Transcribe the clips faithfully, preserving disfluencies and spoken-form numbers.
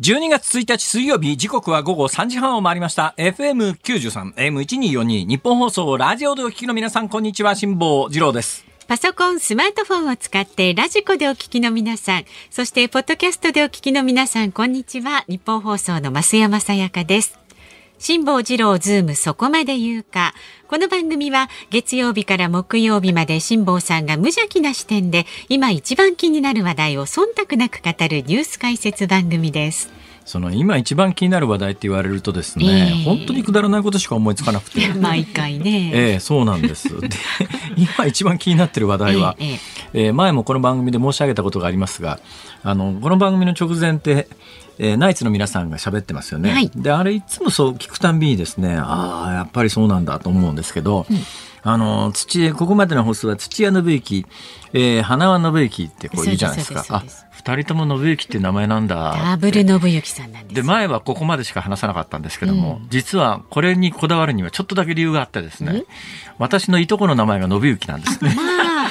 じゅうにがつついたち水曜日、時刻は午後さんじはんを回りました。エフエムきゅうじゅうさん、エーエムせんにひゃくよんじゅうに 日本放送ラジオでお聞きの皆さん、こんにちは。辛坊治郎です。 パソコン、スマートフォンを使ってラジコでお聞きの皆さん、そしてポッドキャストでお聞きの皆さん、こんにちは。日本放送の増山さやかです。辛坊治郎ズームそこまで言うか。この番組は月曜日から木曜日まで辛坊さんが無邪気な視点で今一番気になる話題を忖度なく語るニュース解説番組です。 その今一番気になる話題って言われるとですね、えー、本当にくだらないことしか思いつかなくて毎回ね、 えー、そうなんです。で今一番気になってる話題は、えーえー、前もこの番組で申し上げたことがありますが、あのこの番組の直前ってえー、ナイツの皆さんが喋ってますよね、はい、であれいつもそう聞くたんびにですね、ああやっぱりそうなんだと思うんですけど、うん、あの土ここまでの放送は土屋信之、えー、花輪信之ってこう言うじゃないですか。あ、二人とも信之っていう名前なんだ。 ダブル信之さんなんです。 で前はここまでしか話さなかったんですけども、うん、実はこれにこだわるにはちょっとだけ理由があってですね、うん、私のいとこの名前が信之なんですね。 まあ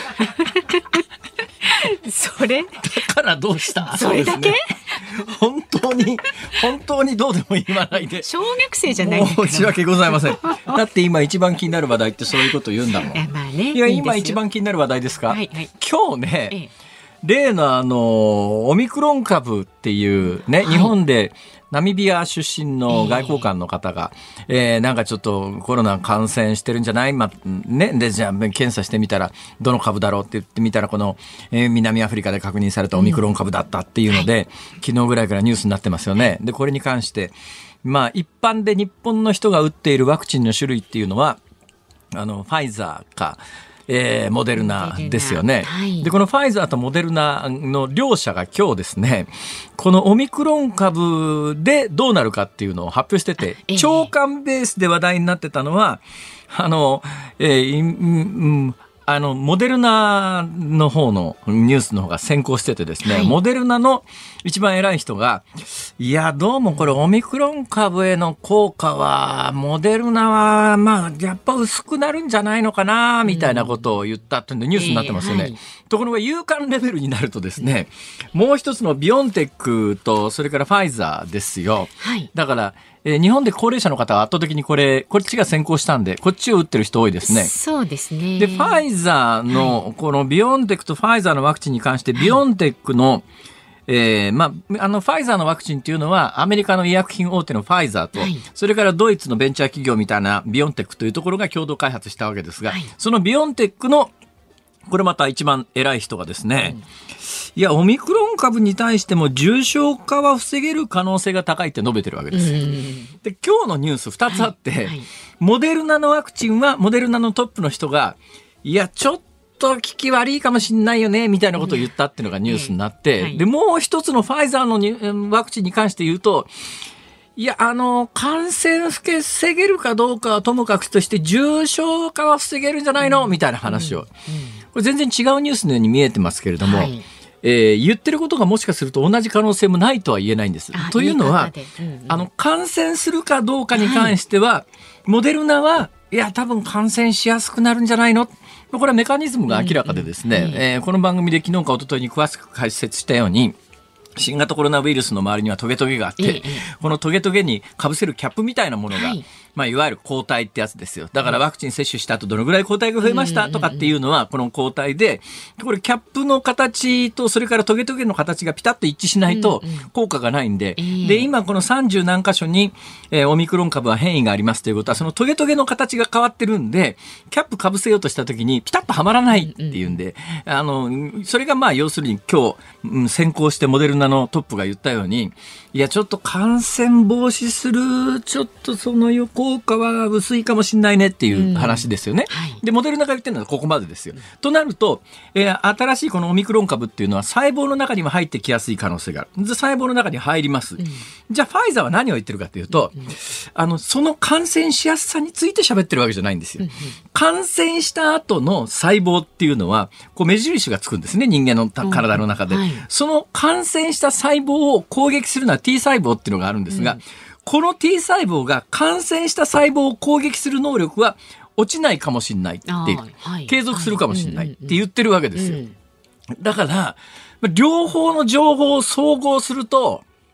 それだからどうしたそれだけ、 本当に本当にどうでも言わないで。 小学生じゃないんだから申し訳ございません。だって今一番気になる話題ってそういうこと言うんだもん。 いや、まあね、 いや今一番気になる話題ですか、 はいはい、 今日ね、 ええ、 例のあのオミクロン株っていうね、はい、日本でナミビア出身の外交官の方が、えーえー、なんかちょっとコロナ感染してるんじゃない、まね、でじゃあ検査してみたらどの株だろうって言ってみたらこの、えー、南アフリカで確認されたオミクロン株だったっていうので、うん、昨日ぐらいからニュースになってますよね。でこれに関してまあ一般で日本の人が打っているワクチンの種類っていうのはあのファイザーかえー、モデルナですよね、はい、でこのファイザーとモデルナの両社が今日ですね、このオミクロン株でどうなるかっていうのを発表してて、えー、長官ベースで話題になってたのはあの、えーうんあのモデルナの方のニュースの方が先行しててですね、はい、モデルナの一番偉い人がいやどうもこれオミクロン株への効果はモデルナはまあやっぱ薄くなるんじゃないのかなみたいなことを言ったってニュースになってますよね、えーはい、ところが有感レベルになるとですね、もう一つのビオンテックとそれからファイザーですよ、はい、だからえー、日本で高齢者の方は圧倒的にこれこっちが先行したんでこっちを打ってる人多いですね。 そうですね。 でファイザーのこのビオンテックとファイザーのワクチンに関して、はい、ビオンテックの、えーまあ、あのファイザーのワクチンっていうのはアメリカの医薬品大手のファイザーと、はい、それからドイツのベンチャー企業みたいなビオンテックというところが共同開発したわけですが、はい、そのビオンテックのこれまた一番偉い人がですね、うん、いやオミクロン株に対しても重症化は防げる可能性が高いって述べてるわけです。で今日のニュースふたつあって、はいはい、モデルナのワクチンはモデルナのトップの人がいやちょっと効き悪いかもしんないよねみたいなことを言ったっていうのがニュースになって、うんはい、でもう一つのファイザーのにワクチンに関して言うといやあの感染防げるかどうかはともかくとして重症化は防げるんじゃないの、うん、みたいな話を、うんうん、これ全然違うニュースのように見えてますけれども、はいえー、言ってることがもしかすると同じ可能性もないとは言えないんです。というのは、うんうん、あの感染するかどうかに関しては、はい、モデルナはいや多分感染しやすくなるんじゃないの、これはメカニズムが明らかでですね、うんうんえー、この番組で昨日か一昨日に詳しく解説したように新型コロナウイルスの周りにはトゲトゲがあって、ええ、このトゲトゲにかぶせるキャップみたいなものが、はいまあ、いわゆる抗体ってやつですよ。だからワクチン接種した後どのぐらい抗体が増えましたとかっていうのはこの抗体で、これキャップの形とそれからトゲトゲの形がピタッと一致しないと効果がないんで、で今このさんじゅう何箇所に、えー、オミクロン株は変異がありますということはそのトゲトゲの形が変わってるんでキャップかぶせようとした時にピタッとはまらないっていうんで、あのそれがまあ要するに今日、うん、先行してモデルナのトップが言ったようにいやちょっと感染防止するちょっとその効果は薄いかもしれないねっていう話ですよね、うんはい、でモデルナが言ってるのはここまでですよ、うん、となると、えー、新しいこのオミクロン株っていうのは細胞の中にも入ってきやすい可能性がある。細胞の中に入ります、うん、じゃあファイザーは何を言ってるかというと、うん、あのその感染しやすさについて喋ってるわけじゃないんですよ、うん、感染した後の細胞っていうのはこう目印がつくんですね、人間の体の中で、うんはい、その感染した細胞を攻撃するのは T 細胞っていうのがあるんですが、うん、この T 細胞が感染した細胞を攻撃する能力は落ちないかもしれないっていう、はい、継続するかもしれないって言ってるわけですよ、うんうん、だから両方の情報を総合すると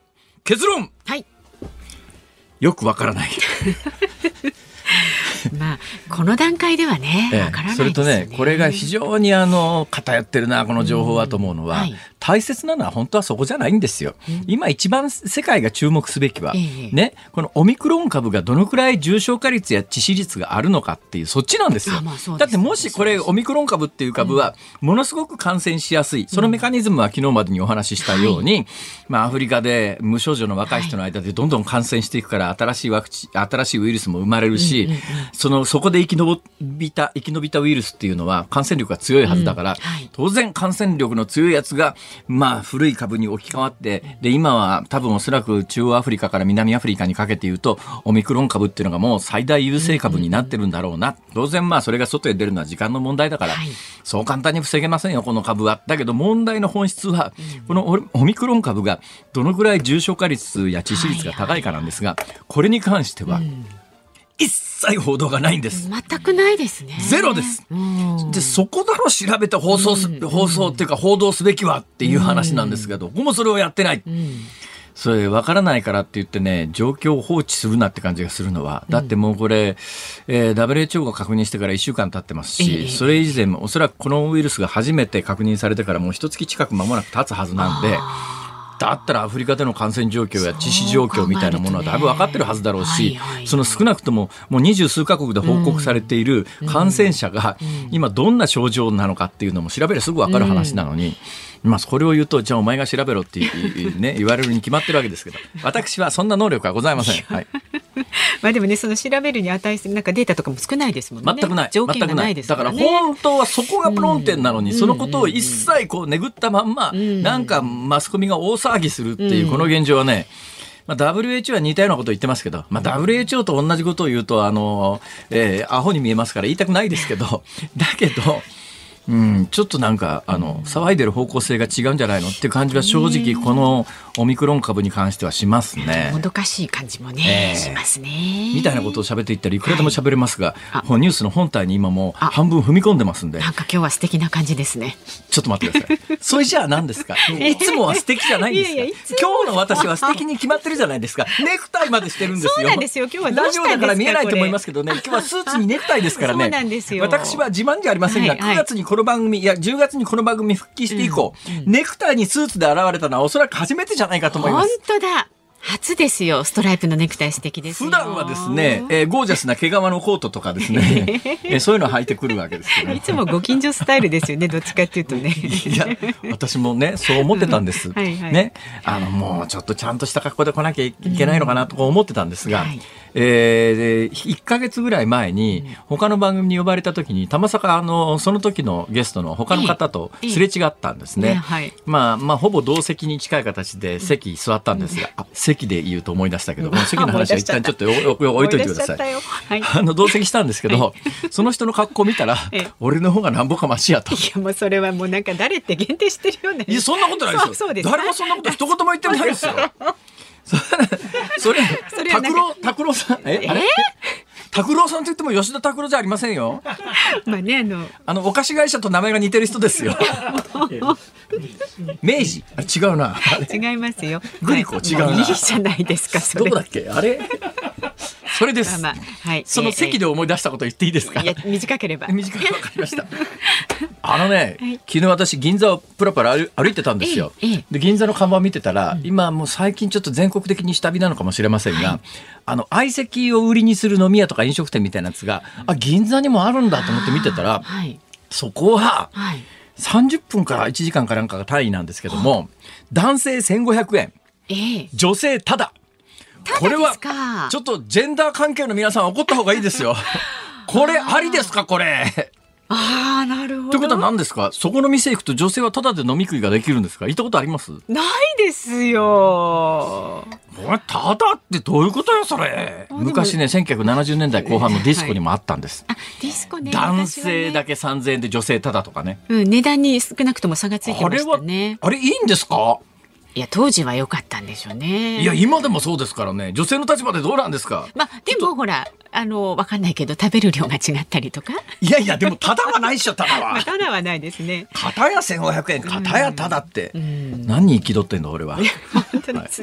結論、 はい、 よくわからない。 まあこの段階ではね、わからないですよね。 それとね、これが非常にあの偏ってるなこの情報はと思うのは、うん、はい、大切なのは本当はそこじゃないんですよ。うん、今一番世界が注目すべきは、ええ、ね、このオミクロン株がどのくらい重症化率や致死率があるのかっていうそっちなんですよ。まあそうです。だってもしこれオミクロン株っていう株はものすごく感染しやすい、うん、そのメカニズムは昨日までにお話ししたように、はい、まあ、アフリカで無症状の若い人の間でどんどん感染していくから新しいワクチン、新しいウイルスも生まれるし、うんうんうん、そのそこで生き延びた生き延びたウイルスっていうのは感染力が強いはずだから、うん、はい、当然感染力の強いやつがまあ古い株に置き換わって、で今は多分おそらく中央アフリカから南アフリカにかけていうとオミクロン株っていうのがもう最大優勢株になってるんだろうな、うんうん、当然まあそれが外へ出るのは時間の問題だから、はい、そう簡単に防げませんよこの株は。だけど問題の本質は、うん、このオミクロン株がどのくらい重症化率や致死率が高いかなんですが、はいはい、これに関しては、うん、一切報道がないんです。 全くないですね。 ゼロです。でそこだろ調べて放送す、うん、放送っていうか報道すべきはっていう話なんですけど、うん、どこもそれをやってない、うん、それ分からないからって言ってね状況を放置するなって感じがするのは、だってもうこれ、えー、ダブリューエイチオー が確認してからいっしゅうかん経ってますし、えー、それ以前おそらくこのウイルスが初めて確認されてからもう一月近く間もなく経つはずなんで、だったらアフリカでの感染状況や致死状況みたいなものはだいぶ分かってるはずだろうし、はいはいはい、その少なくとももう二十数カ国で報告されている感染者が今どんな症状なのかっていうのも調べればすぐ分かる話なのに、うん、まあ、これを言うとじゃあお前が調べろって、ね、言われるに決まってるわけですけど、私はそんな能力はございません。はい、 まあでもね、その調べるに値するなんかデータとかも少ないですもんね。 全くない。 条件がないですからね。 だから本当はそこが論点なのに、うん、そのことを一切こうねぐったまんま、うん、なんかマスコミが大騒ぎするっていうこの現状はね、まあ、ダブリューエイチオー は似たようなことを言ってますけど、まあ、ダブリューエイチオー と同じことを言うとあの、えー、アホに見えますから言いたくないですけど、だけどうん、ちょっとなんかあの騒いでる方向性が違うんじゃないのっていう感じは正直このオミクロン株に関してはしますね。 もどかしい感じもね、えー、しますね。 みたいなことを喋っていったらいくらでも喋れますが、はい、ニュースの本体に今もう半分踏み込んでますんで、 なんか今日は素敵な感じですね。 ちょっと待ってください。それじゃあ何ですか。いつもは素敵じゃないんですか。いやいや今日の私は素敵に決まってるじゃないですか。ネクタイまでしてるんですよ。 そうなんですよ。今日はどうしたんですか。 ラジオだから見えないと思いますけどね、今日はスーツにネクタイですからね。 そうなんですよ。 私は自慢じゃありませんが、はいはい、くがつにこの番組いやじゅうがつにこの番組復帰して以降、うんうん、ネクタイにスーツで現れたのはおそらく初めてじゃないかと思います。 本当だ。初ですよ。ストライプのネクタイ素敵ですよ。 普段はですね、えー、ゴージャスな毛皮のコートとかですね、えー、そういうのを履いてくるわけですよね。 いつもご近所スタイルですよね。どっちかっていうとね。 いや私もねそう思ってたんです、はいはい、ね、あのもうちょっとちゃんとした格好で来なきゃいけないのかなとか思ってたんですが、うんはい、えー、いっかげつぐらい前に他の番組に呼ばれた時にたまさかあのその時のゲストの他の方とすれ違ったんですね、えーえーはい、まあまあほぼ同席に近い形で席座ったんですが、うん、あ席で言うと思い出したけど、この席の話は一旦ちょっと置いといてください。はい、あの同席したんですけど、はい、その人の格好を見たら俺の方がなんぼかマシやと。 いやもうそれはもうなんか誰って限定してるよね。 いやそんなことないですよ。そうそうです。誰もそんなこと一言も言ってないですよ。それ拓郎拓郎さんえあれ拓郎さんと言っても吉田拓郎じゃありませんよ。 まあね、あのあのお菓子会社と名前が似てる人ですよ。明治あ違うな。 違いますよ。 グリコ違うな。 いいじゃないですかそれ。 どこだっけあれ。それです、まあまあはい、その席で思い出したこと言っていいですか。 いや短ければ短く分かりました。あのね、はい、昨日私銀座をプラプラ歩いてたんですよ、ええ、で銀座の看板を見てたら、うん、今もう最近ちょっと全国的に下火なのかもしれませんが、はい、あの相席を売りにする飲み屋とか飲食店みたいなやつが、うん、あ銀座にもあるんだと思って見てたら、はい、そこはさんじゅっぷんからいちじかんかなんかが単位なんですけども、男性せんごひゃくえん、え、女性ただ。これはちょっとジェンダー関係の皆さん怒った方がいいですよ。これありですかこれ。 ああなるほど。 ということは何ですか。そこの店行くと女性はタダで飲み食いができるんですか。行ったことあります。 ないですよ。 これタダってどういうことよそれ。昔ねせんきゅうひゃくななじゅうねんだいこう半のディスコにもあったんです、 はい、あディスコね。 男性だけさんぜんえんで女性タダとかね、 うん、値段に少なくとも差がついてましたね。 あれはあれいいんですか。 いや当時は良かったんでしょうね。 いや今でもそうですからね。女性の立場でどうなんですか。 まあでもほらあの分かんないけど食べる量が違ったりとか。 いやいやでもタダはないっしょタダは。 まあ、タダはないですね。 片やせんごひゃくえん片やタダって、うん、何に憤ってんの俺は。 本当ですよ、はい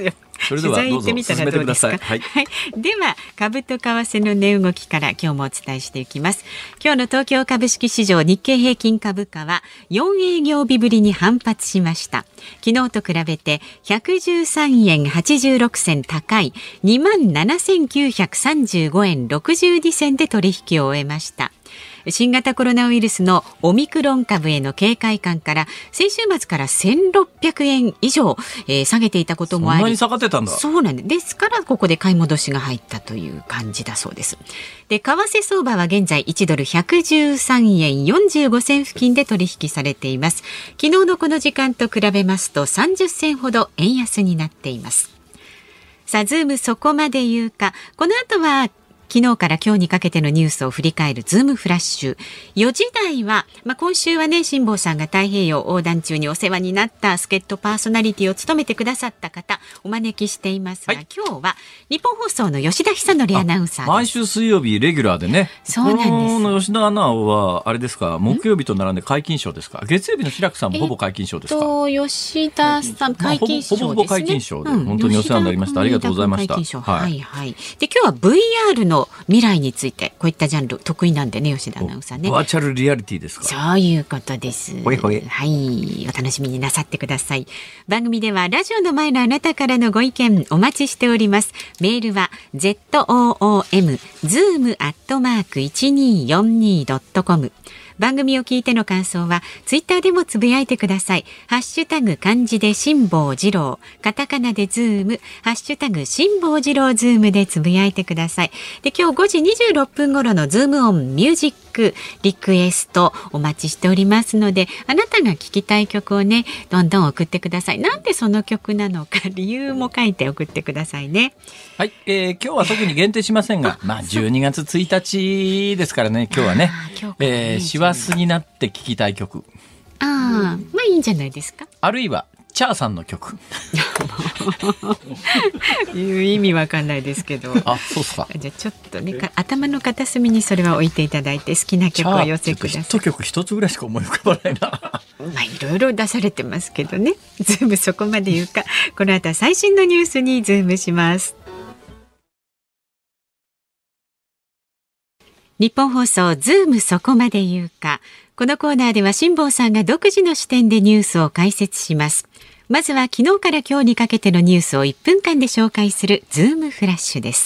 それではどうぞ進めてください。 はいはい、では株と為替の値動きから今日もお伝えしていきます。今日の東京株式市場日経平均株価はよん営業日ぶりに反発しました。昨日と比べてひゃくじゅうさんえんはちじゅうろくせん高い にまんななせんきゅうひゃくさんじゅうごえんろくじゅうにせんで取引を終えました。新型コロナウイルスのオミクロン株への警戒感から先週末からせんろっぴゃくえん以上、えー、下げていたこともあり、 そんなに下がってたんだ。 そうなんです。ですからここで買い戻しが入ったという感じだそうです。で、為替相場は現在いちドルひゃくじゅうさんえんよんじゅうごせん付近で取引されています。昨日のこの時間と比べますとさんじゅっせんほど円安になっています。さあ、ズームそこまで言うか。この後は昨日から今日にかけてのニュースを振り返るズームフラッシュ。よじ台は、まあ、今週はね、辛坊さんが太平洋横断中にお世話になった助っ人パーソナリティを務めてくださった方お招きしていますが、はい、今日は日本放送の吉田久典アナウンサーです。 毎週水曜日レギュラーでね。 そうなんです。この吉田アナはあれですか、木曜日と並んで皆勤賞ですか。月曜日の平久さんもほぼ皆勤賞ですか。えっと吉田さん皆勤賞ですね。 ほぼほぼ皆勤賞で、うん、本当にお世話になりました。ありがとうございました。 はいはいはい。で、今日は ブイアール の未来について、こういったジャンル得意なんでね、吉田アナウンサーね。 バーチャルリアリティですか。 そういうことです。 ほいほい。 はい、お楽しみになさってください。番組ではラジオの前のあなたからのご意見お待ちしております。メールは ズーム ズーム アットマーク いちにーよんにー ドットコム。番組を聞いての感想はツイッターでもつぶやいてください。ハッシュタグ漢字で辛坊治郎、カタカナでズーム、ハッシュタグ辛坊治郎ズームでつぶやいてください。で、今日ごじにじゅうろっぷん頃のズームオンミュージックリクエストお待ちしておりますので、あなたが聴きたい曲をね、どんどん送ってください。なんでその曲なのか理由も書いて送ってくださいね。 はい、えー、今日は特に限定しませんが、まあじゅうにがつついたちですからね、今日はね、えー、師走になって聴きたい曲。 ああ、まあいいんじゃないですか。 あるいはチャーさんの曲。 いう意味わかんないですけど。 あ、そうっすか。 じゃあちょっとね、頭の片隅にそれは置いていただいて、好きな曲を寄せください。 ヒット曲一つぐらいしか思い浮かばないな。 まあいろいろ出されてますけどね。ズームそこまで言うか。この後は最新のニュースにズームします。日本放送ズームそこまで言うか。このコーナーでは辛坊さんが独自の視点でニュースを解説します。まずは昨日から今日にかけてのニュースをいっぷんかんで紹介するズームフラッシュです。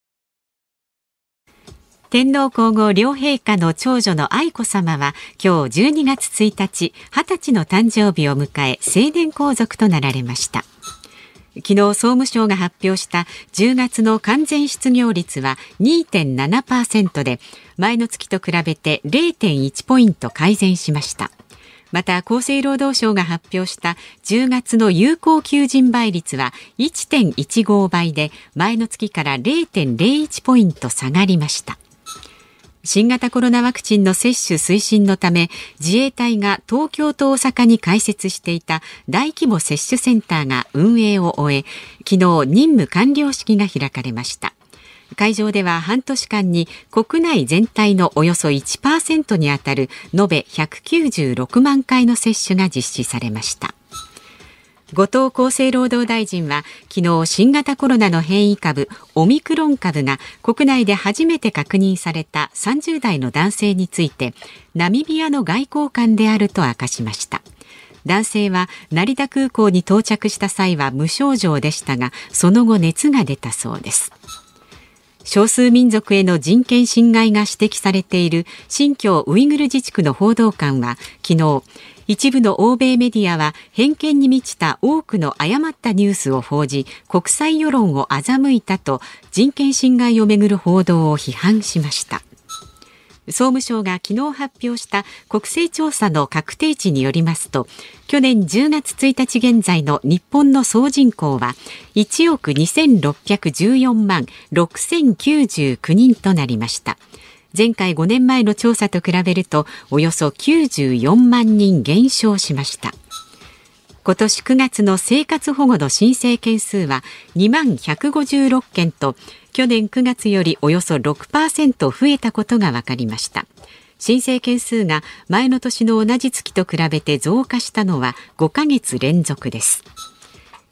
天皇皇后両陛下の長女の愛子さまは今日じゅうにがつついたち、はたちの誕生日を迎え成年皇族となられました。昨日総務省が発表したじゅうがつの完全失業率は にてんななパーセント で前の月と比べて れいてんいちポイント改善しました。また厚生労働省が発表したじゅうがつの有効求人倍率は いってんいちご 倍で前の月から れいてんれいいちポイント下がりました。新型コロナワクチンの接種推進のため自衛隊が東京と大阪に開設していた大規模接種センターが運営を終え、昨日任務完了式が開かれました。会場では半年間に国内全体のおよそ いちパーセント にあたる延べひゃくきゅうじゅうろくまんかいの接種が実施されました。後藤厚生労働大臣は昨日新型コロナの変異株オミクロン株が国内で初めて確認されたさんじゅう代の男性についてナミビアの外交官であると明かしました。男性は成田空港に到着した際は無症状でしたが、その後熱が出たそうです。少数民族への人権侵害が指摘されている新疆ウイグル自治区の報道官は昨日、一部の欧米メディアは偏見に満ちた多くの誤ったニュースを報じ、国際世論を欺いたと人権侵害をめぐる報道を批判しました。総務省が昨日発表した国勢調査の確定値によりますと、去年じゅうがつついたち現在の日本の総人口はいちおくにせんろっぴゃくじゅうよんまんろくせんきゅうじゅうきゅうにんとなりました。前回ごねんまえの調査と比べるとおよそきゅうじゅうよんまんにん減少しました。今年くがつの生活保護の申請件数はにまんひゃくごじゅうろっけんと去年くがつよりおよそ ろくパーセント 増えたことが分かりました。申請件数が前の年の同じ月と比べて増加したのはごかげつ連続です。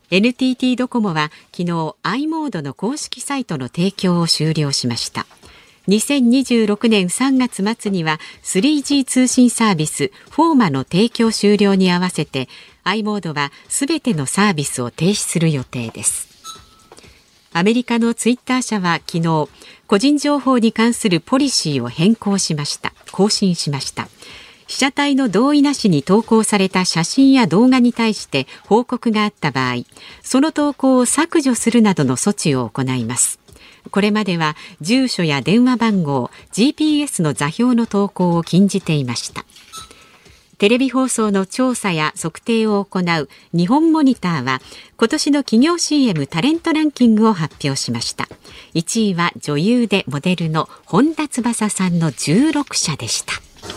エヌティーティー ドコモは昨日 i モードの公式サイトの提供を終了しました。にせんにじゅうろくねんさんがつ末には スリージー 通信サービスフォーマの提供終了に合わせて i モードはすべてのサービスを停止する予定です。アメリカのツイッター社は昨日個人情報に関するポリシーを変更しました更新しました。被写体の同意なしに投稿された写真や動画に対して報告があった場合、その投稿を削除するなどの措置を行います。これまでは住所や電話番号、ジーピーエス の座標の投稿を禁じていました。テレビ放送の調査や測定を行う日本モニターは今年の企業 シーエム タレントランキングを発表しました。いちいは女優でモデルの本田翼さんのじゅうろくしゃでした。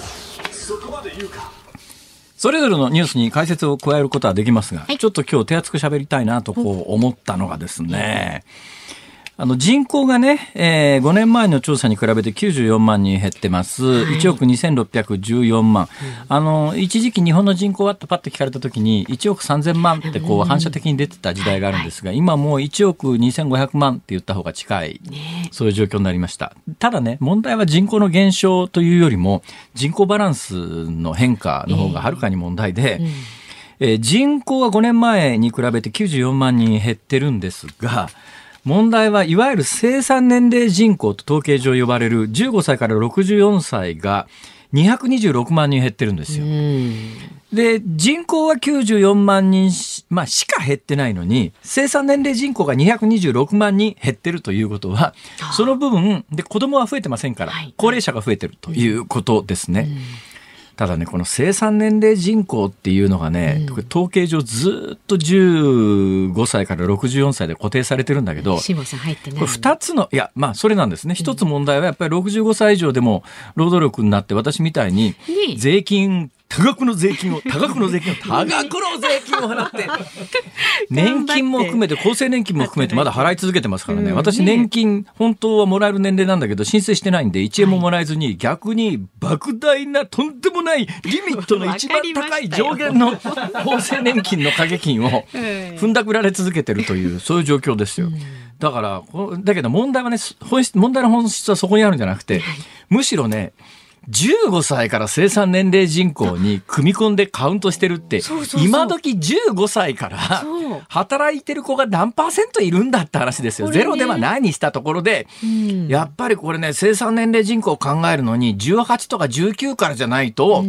それぞれのニュースに解説を加えることはできますが、はい、ちょっと今日手厚く喋りたいなとこう思ったのがですね、あの人口がね、えー、ごねんまえの調査に比べてきゅうじゅうよんまんにん減ってます。はい、いちおくにせんろっぴゃくじゅうよんまん。うん、あの、一時期日本の人口はってパッと聞かれたときにいちおくさんぜんまんってこう反射的に出てた時代があるんですが、今もういちおくにせんごひゃくまんって言った方が近い、そういう状況になりました。ただね、問題は人口の減少というよりも人口バランスの変化の方がはるかに問題で、えーうんえー、人口はごねんまえに比べてきゅうじゅうよんまんにん減ってるんですが、問題はいわゆる生産年齢人口と統計上呼ばれるじゅうごさいからろくじゅうよんさいがにひゃくにじゅうろくまんにん減ってるんですよ。で、人口はきゅうじゅうよんまんにんし、まあ、しか減ってないのに生産年齢人口がにひゃくにじゅうろくまんにん減ってるということは、その部分で子供は増えてませんから、はい、高齢者が増えてるということですね。ただね、この生産年齢人口っていうのがね、うん、統計上ずっとじゅうごさいからろくじゅうよんさいで固定されてるんだけど、 下さん入ってない。 これふたつの、いや、まあそれなんですね。一つ問題はやっぱりろくじゅうごさい以上でも労働力になって、私みたいに税金、多額の税金を、多額の税金を、多額の税金を払って、年金も含めて、厚生年金も含めてまだ払い続けてますからね。私年金、本当はもらえる年齢なんだけど、申請してないんでいちえんももらえずに、逆に莫大なとんでもないリミットの一番高い上限の厚生年金の掛け金を踏んだくられ続けてるという、そういう状況ですよ。だから、だけど問題はね、本質、問題の本質はそこにあるんじゃなくて、むしろね、じゅうごさいから生産年齢人口に組み込んでカウントしてるって、そうそうそう、今時じゅうごさいから働いてる子が何パーセントいるんだって話ですよ。ね、ゼロではないにしたところで、うん、やっぱりこれね、生産年齢人口を考えるのにじゅうはちとかじゅうきゅうからじゃないと、うん、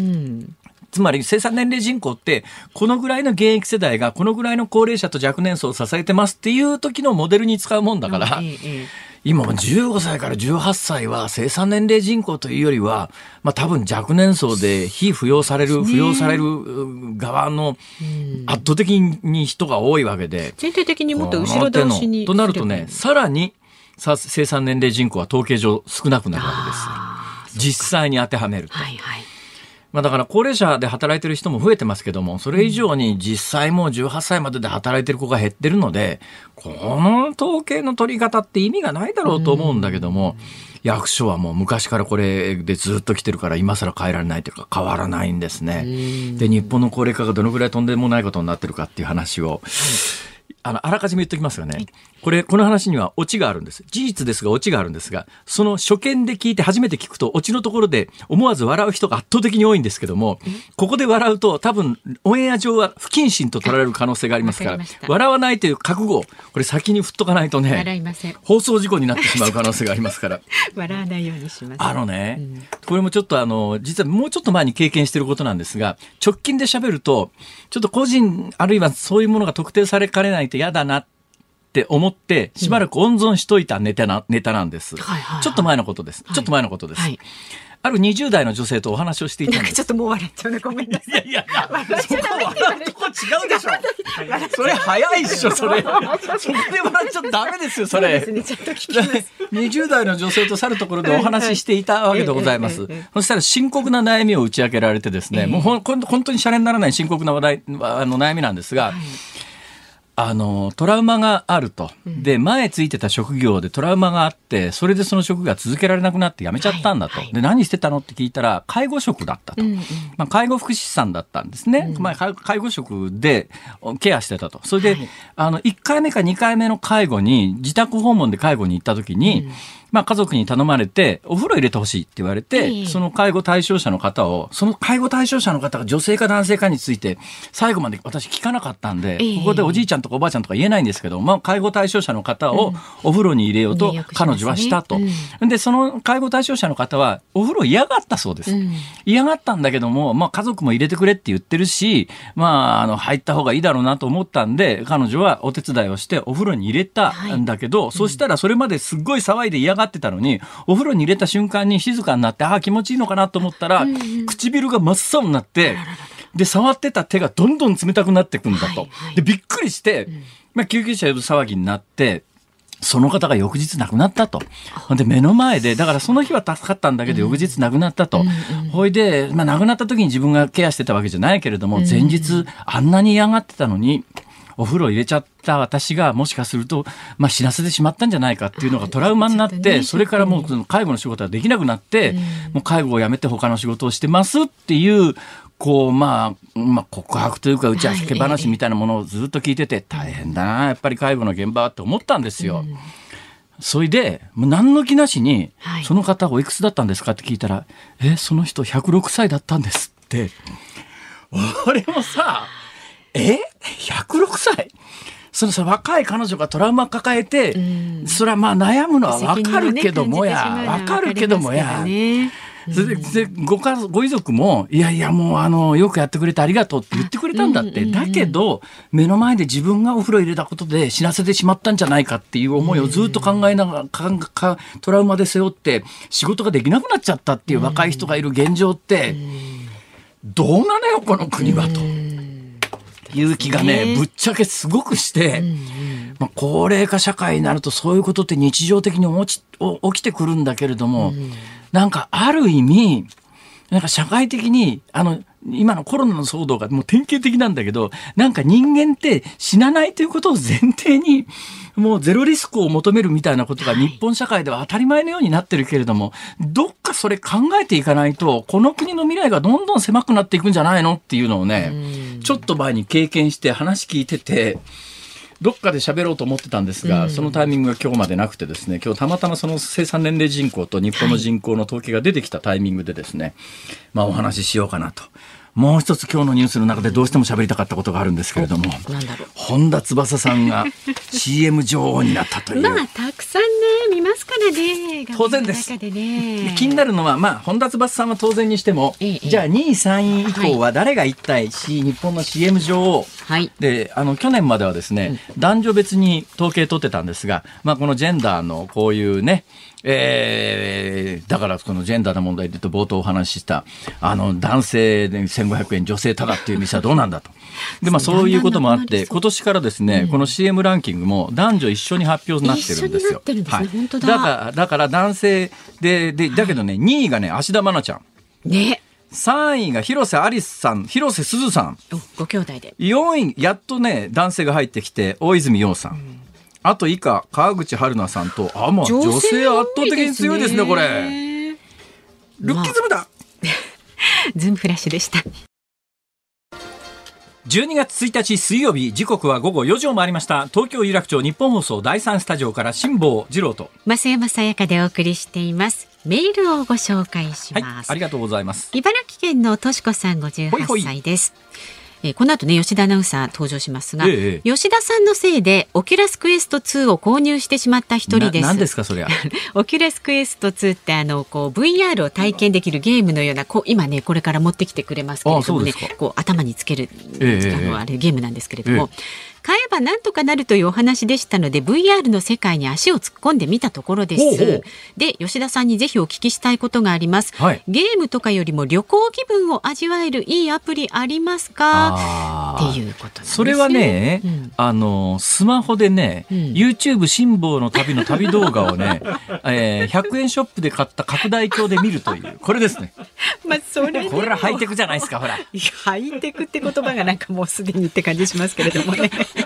つまり生産年齢人口ってこのぐらいの現役世代がこのぐらいの高齢者と若年層を支えてますっていう時のモデルに使うもんだから、うんええ今もじゅうごさいからじゅうはっさいは生産年齢人口というよりは、まあ多分若年層で非扶養される、扶養される側の圧倒的に人が多いわけで。 全体的にもっと後ろ倒しに。 となるとね、さらに生産年齢人口は統計上少なくなるわけです。実際に当てはめると。はいはい。まあだから高齢者で働いてる人も増えてますけども、それ以上に実際もうじゅうはっさいまでで働いてる子が減ってるので、この統計の取り方って意味がないだろうと思うんだけども、役所はもう昔からこれでずっと来てるから今更変えられないというか変わらないんですね。で、日本の高齢化がどのぐらいとんでもないことになってるかっていう話を、あの、あらかじめ言っておきますよね。これ、この話にはオチがあるんです。事実ですが、オチがあるんですが、その初見で聞いて初めて聞くと、オチのところで思わず笑う人が圧倒的に多いんですけども、ここで笑うと多分、オンエア上は不謹慎と取られる可能性がありますから、か笑わないという覚悟を、これ先に振っとかないとね、 笑いません。 放送事故になってしまう可能性がありますから。 笑わないようにします。 あのね、うん、これもちょっとあの、実はもうちょっと前に経験していることなんですが、直近で喋ると、ちょっと個人、あるいはそういうものが特定されかねないと嫌だな、って思ってしばらく温存しといたネタな、ネタなんです、はいはいはい、ちょっと前のことです、はい、ちょっと前のことです、はい、あるにじゅう代の女性とお話をしていたんです。 ちょっともう笑っちゃうね、ごめんなさい。 いやいやいや、そこ笑うとこ違うでしょ。それ早いっしょ、それ。そこで笑っちゃダメですよ、それ。そうですね、ちゃんと聞きます。にじゅう代の女性と去るところでお話ししていたわけでございます。そしたら深刻な悩みを打ち明けられてですね、もうほん本当にシャレにならない深刻な話題、あの悩みなんですが、はい、 あのトラウマがあると、で前ついてた職業でトラウマがあって、それでその職が続けられなくなって辞めちゃったんだと、はいはい、で何してたのって聞いたら介護職だったと、うんうん、まあ、介護福祉士さんだったんですね、うん、まあ、介護職でケアしてたと。それで、はい、あのいっかいめかにかいめの介護に自宅訪問で介護に行った時に、うん、まあ、家族に頼まれてお風呂入れてほしいって言われて、えー、その介護対象者の方を、その介護対象者の方が女性か男性かについて最後まで私聞かなかったんで、えー、ここでおじいちゃんとかおばあちゃんとか言えないんですけど、まあ、介護対象者の方をお風呂に入れようと彼女はしたと、うん、でその介護対象者の方はお風呂嫌がったそうです、うん、嫌がったんだけども、まあ、家族も入れてくれって言ってるし、まあ、あの入った方がいいだろうなと思ったんで彼女はお手伝いをしてお風呂に入れたんだけど、はい、そしたらそれまですっごい騒いで嫌がってたのに、お風呂に入れた瞬間に静かになって、ああ気持ちいいのかなと思ったら、うんうん、唇が真っ青になって、で触ってた手がどんどん冷たくなってくんだと、はいはい、でびっくりして、うん、まあ、救急車呼ぶ騒ぎになって、その方が翌日亡くなったと。で目の前で、だからその日は助かったんだけど、翌日亡くなったと、うんうんうん、ほいで、まあ、亡くなった時に自分がケアしてたわけじゃないけれども、うん、前日あんなに嫌がってたのにお風呂入れちゃった私がもしかすると、まあ、死なせてしまったんじゃないかっていうのがトラウマになって、それからもうその介護の仕事ができなくなって、もう介護をやめて他の仕事をしてますっていう、こう、まあ、まあ、告白というか打ち明け話みたいなものをずっと聞いてて、大変だなやっぱり介護の現場はって思ったんですよ。それでもう何の気なしに、その方おいくつだったんですかって聞いたら、えその人ひゃくろくさいだったんですって。俺もさ、えひゃくろくさい、そのさ若い彼女がトラウマ抱えて、うん、それはまあ悩むのは分かるけどもや、分かるけどもや、ね、それでご家族ご遺族もいやいやもうあのよくやってくれてありがとうって言ってくれたんだって、うんうんうん、だけど目の前で自分がお風呂入れたことで死なせてしまったんじゃないかっていう思いをずっと考えながら、かかトラウマで背負って仕事ができなくなっちゃったっていう若い人がいる現状って、どうなのよこの国はという気がね、ぶっちゃけすごくして、うんうん、まあ、高齢化社会になるとそういうことって日常的に起き、起きてくるんだけれども、うん、なんかある意味なんか社会的にあの今のコロナの騒動がもう典型的なんだけど、なんか人間って死なないということを前提にもうゼロリスクを求めるみたいなことが日本社会では当たり前のようになってるけれども、どっかそれ考えていかないとこの国の未来がどんどん狭くなっていくんじゃないのっていうのをね、ちょっと前に経験して話聞いてて、どっかで喋ろうと思ってたんですが、そのタイミングが今日までなくてですね、今日たまたまその生産年齢人口と日本の人口の統計が出てきたタイミングでですね、まあお話ししようかなと。もう一つ今日のニュースの中でどうしても喋りたかったことがあるんですけれども、 なんだろう、 本田翼さんが シーエム 女王になったという。 まあたくさんね見ますからね。 当然です。 画面の中でね、 気になるのは、まあ本田翼さんは当然にしても、ええ、じゃあにいさんい以降は誰が一体、はい、日本の シーエム 女王、はい、で、あの去年まではですね、うん、男女別に統計取ってたんですが、まあこのジェンダーのこういうね、えー、だからこのジェンダーの問題で言うと冒頭お話ししたあの男性でせんごひゃくえん女性ただっていう店はどうなんだと。で、まあ、そういうこともあって今年からですね、うん、この シーエム ランキングも男女一緒に発表になってるんですよ。 一緒になってるんですね、はい、本当だ。 だからだから男性ででだけどね、にいがね芦田愛菜ちゃんね、 さんいが広瀬アリスさん、広瀬すずさん、 ご兄弟で、 よんいやっとね男性が入ってきて大泉洋さん、うん、あと以下川口春奈さんと、あ、もう女性圧倒的に強いですねこれ。ルッキズムだ、まあ、 ズームフラッシュでした。 じゅうにがつついたち水曜日、時刻はごごよじを回りました。東京有楽町日本放送だいさんスタジオから辛坊治郎と増山さやかでお送りしています。メールをご紹介します、はい、 ありがとうございます。 茨城県のとしこさんごじゅうはっさいです。ほいほい、えー、この後ね吉田アナウンサー登場しますが、ええ、吉田さんのせいでオキュラスクエストツーを購入してしまった一人です。 何ですかそれは。 オキュラスクエストツーってあのこう ブイアール を体験できるゲームのような、こう今ねこれから持ってきてくれますけれどもね、こう頭につける、ええ、あのあれゲームなんですけれども、ええ、買えばなんとかなるというお話でしたので ブイアール の世界に足を突っ込んでみたところです。ほうほう。で吉田さんにぜひお聞きしたいことがあります、はい、ゲームとかよりも旅行気分を味わえるいいアプリありますかっていうことなんですよ。 それはね、うん、あのスマホでね、うん、YouTube 辛坊の旅の旅動画をね、えー、ひゃくえんショップで買った拡大鏡で見るというこれですね。 まあそれこれはハイテクじゃないですか。ほらハイテクって言葉がなんかもうすでにって感じしますけれどもね。 バ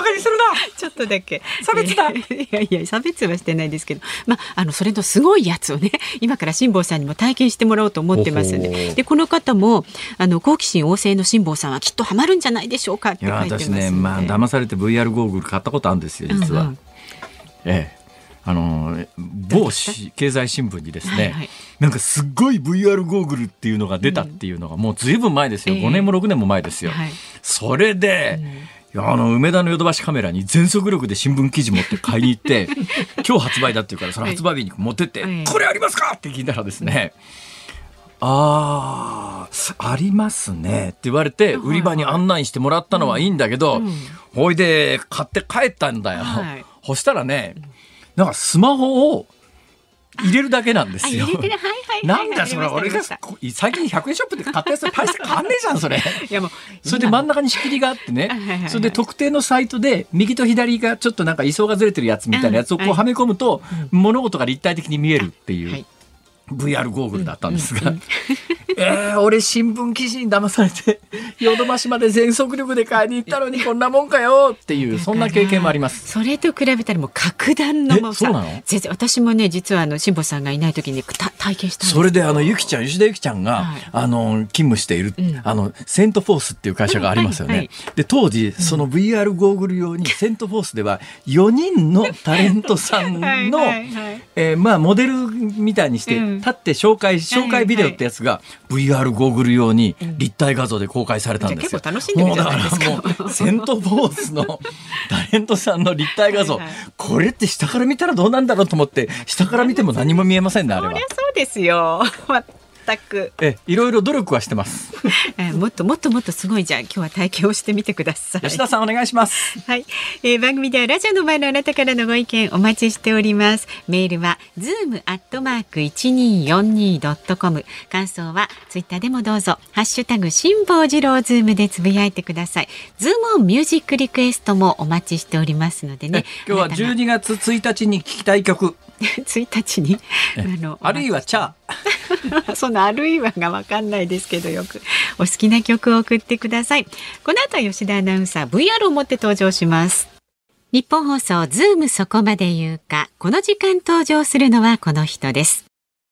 カにするなちょっとだけ差別だ、 えー、いやいや差別はしてないですけど、まあ、あのそれのすごいやつをね今から辛坊さんにも体験してもらおうと思ってますので、でこの方もあの好奇心旺盛の辛坊さんはきっとハマるんじゃないでしょうかって書いてますので。 いや私ね、まあ、騙されて ブイアール ゴーグル買ったことあるんですよ実は、うんうん、ええあの某経済新聞にですね、はいはい、なんかすっごい ブイアール ゴーグルっていうのが出たっていうのがもうずいぶん前ですよ、うん、ごねんもろくねんも前ですよ、えーはい、それで、うん、あの梅田のヨドバシカメラに全速力で新聞記事持って買いに行って今日発売だっていうからその発売日に持ってって、はい、これありますかって聞いたらですね、うん、あーありますねって言われて売り場に案内してもらったのはいいんだけど、うんうん、ほいで買って帰ったんだよ、はい、そしたらねなんかスマホを入れるだけなんですよ。なんだそれ俺が最近ひゃくえんショップで買ったやつ大して変わんねえじゃんそれ。いやもうそれで真ん中に仕切りがあってね、それで特定のサイトで右と左がちょっとなんか位相がずれてるやつみたいなやつをこうはめ込むと物事が立体的に見えるっていう ブイアール ゴーグルだったんですが、えー、俺新聞記事に騙されてヨドバシまで全速力で買いに行ったのにこんなもんかよっていうそんな経験もあります。 それと比べたらもう格段のもさ、先生私もね実はあの辛坊さんがいない時に体験したんです。 それであのゆきちゃん吉田ゆきちゃんが、はい、あの勤務している、うん、あのセントフォースっていう会社がありますよね、うんはいはい、で当時その ブイアール ゴーグル用にセントフォースではよにんのタレントさんのはいはい、はいえー、まあモデルみたいにして立って紹介、うん、紹介ビデオってやつが ブイアール ゴーグル用に立体画像で公開されたんですよ。 結構楽しんでるじゃないですか。 もうだからもうセントフォースのタレントさんの立体画像はい、はい、これって下から見たらどうなんだろうと思って下から見ても何も見えませんねあれは。 そりゃそうですよ全くえいろいろ努力はしてますえもっともっともっとすごいじゃあ今日は体験をしてみてください。 吉田さんお願いします。 はい、えー、番組ではラジオの前のあなたからのご意見お待ちしております。メールは ズームアットマークいちにーよんにードットコム、 感想はツイッターでもどうぞハッシュタグ辛坊治郎ズームでつぶやいてください。ズームオンミュージックリクエストもお待ちしておりますのでね。 今日はじゅうにがつついたちに聴きたい曲ついたちにあのあるいはチャーそのあるいはが分かんないですけどよくお好きな曲を送ってください。この後は吉田アナウンサー ブイアール を持って登場します。日本放送ズームそこまで言うか、この時間登場するのはこの人です。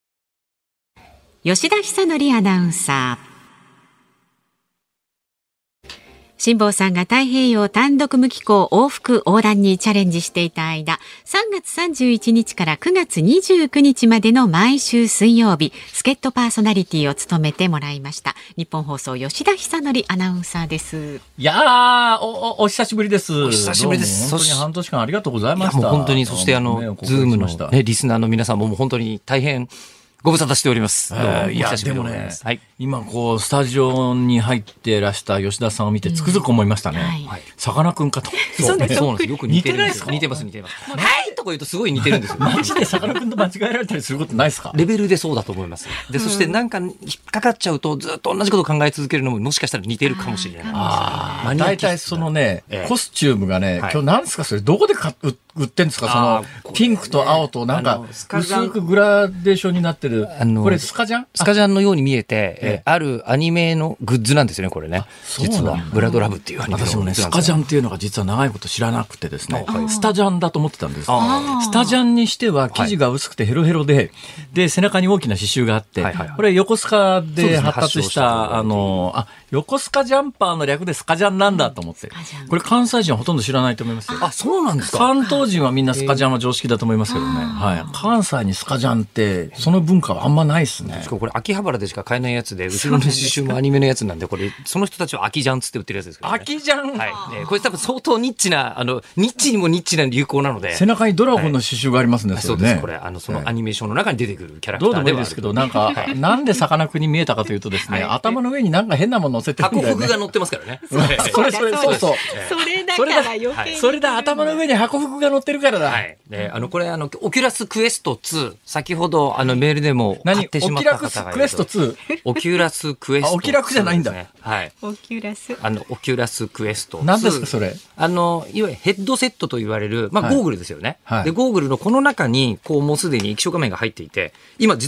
吉田久典アナウンサー。辛坊さんが太平洋単独無寄港往復横断にチャレンジしていた間、さんがつさんじゅういちにちからくがつにじゅうくにちまでの毎週水曜日、助っ人パーソナリティを務めてもらいました。日本放送吉田久典アナウンサーです。 いやー お, お, お久しぶりです。 お久しぶりです。 本当に半年間ありがとうございました。 いやもう本当に、そしてあのズームの、ね、リスナーの皆さんももう本当に大変ご無沙汰しております。 えー、いやでもね、はい、今こうスタジオに入ってらした吉田さんを見てつくづく思いましたね。さかなクンかと。 そうなんです。よく似てるんです。似てます似てます。はいとか言うとすごい似てるんですよ。 マジでさかなクンと間違えられたりすることないですか？ レベルでそうだと思います。で、そしてなんか引っかかっちゃうとずっと同じことを考え続けるのももしかしたら似てるかもしれない。 ああ、大体そのね、ええ、コスチュームがね、今日なんですかそれどこで買っ売ってんですか？そのピンクと青となんか薄くグラデーションになってる。あのこれスカジャン？ スカジャンのように見えて、ええ、あるアニメのグッズなんですよねこれね。実はブラドラブっていうアニメのグッズなんですよ。 私もねスカジャンっていうのが実は長いこと知らなくてですね、スタジャンだと思ってたんです。スタジャンにしては生地が薄くてヘロヘロで、はい、で背中に大きな刺繍があって、はいはいはい、これ横須賀で発達した、ね、あのあ横須賀ジャンパーの略でスカジャンなんだと思って、これ関西人はほとんど知らないと思いますよ。 あ、そうなんですか。 関東人はみんなスカジャンは常識だと思いますけどね、はい、関西にスカジャンってその文化はあんまないですね。 しかもこれ秋葉原でしか買えないやつで後ろの刺繍もアニメのやつなんで、これその人たちは秋ジャンつって売ってるやつですからね。 秋ジャン、 はい、ね、これ多分相当ニッチなあのニッチにもニッチな流行なので、 背中にドラゴンの刺繍がありますね、はい、 それね。そうです。これあのそのアニメーションの中に出てくるキャラクターではある。どうでもいいですけど、なんかなんでさかなクンに見えたかというとですね、はい、頭の上になんか変なもの乗せてるんだよね。 箱服が乗ってますからね。 それそれそうそう。 それだから余計に。 それだ、頭の上に箱服が乗ってるからだ。 はい。で、あのこれあのオキュラスクエストツー、先ほどあのメールでも買ってしまった方がいる。 オキュラスクエストツー。 オキュラスクエスト。 オキュラクじゃないんだ。 はい。 オキュラス。 あのオキュラスクエスト。 何ですかそれ？ あのいわゆるヘッドセットと言われる、まあゴーグルですよね。はい、でゴーグルのこの中にこうもうすでに液晶画面が入っていて、今実は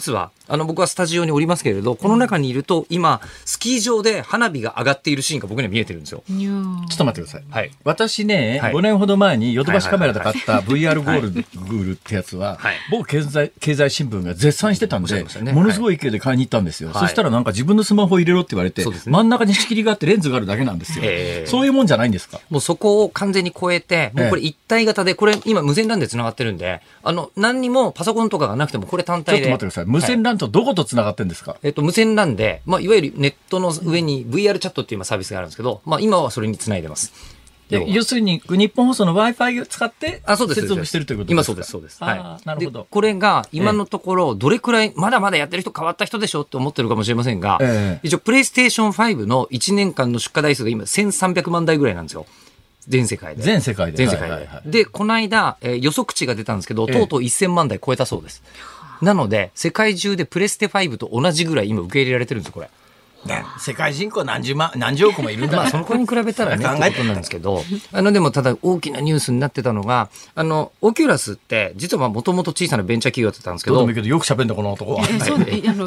あの僕はスタジオにおりますけれど、この中にいると今スキー場で花火が上がっているシーンが僕には見えてるんですよ。 ちょっと待ってください。 はい、 私ね、 はい、 ごねんほど前にヨドバシカメラで買った ブイアール ゴールドってやつは、はい、某経済、経済新聞が絶賛してたんで、ね、ものすごい勢いで買いに行ったんですよ、はい、そしたらなんか自分のスマホ入れろって言われて、はい、真ん中に仕切りがあってレンズがあるだけなんですよ。そういうもんじゃないんですか？ もうそこを完全に超えて、もうこれ一体型で、これ今無線 ラン で繋がってるんで、あの何にもパソコンとかがなくてもこれ単体で。 ちょっと待ってください。無線 ラン とどこと繋がってるんですか？はい、 えっと無線 ラン で、まあいわゆるネットの上に ブイアール チャットっていうサービスがあるんですけど、まあ今はそれに繋いでます。 要するに日本放送の Wi-Fi を使って接続してるということですか？ 今そうですそうです。はい。 なるほど。 これが今のところどれくらい、まだまだやってる人変わった人でしょって思ってるかもしれませんが、ええ、一応プレイステーションファイブのいちねんかんの出荷台数が今せんさんびゃくまんだいぐらいなんですよ。全世界で。 全世界で。 全世界で。はいはいはい、で、この間、えー、予測値が出たんですけど、とうとうせんまんだい超えたそうです。ええ、なので、世界中でプレステファイブと同じぐらい今受け入れられてるんですよ、これ。 ね、世界人口何十万、何十億もいるんだ。 まあ、その子に比べたらね、考えてなんですけど、あの、でも、ただ大きなニュースになってたのが、あの、オキュラスって、実はもともと小さなベンチャー企業だったんですけど、 どうでもいいけど、よく喋んだ、この男は。はい、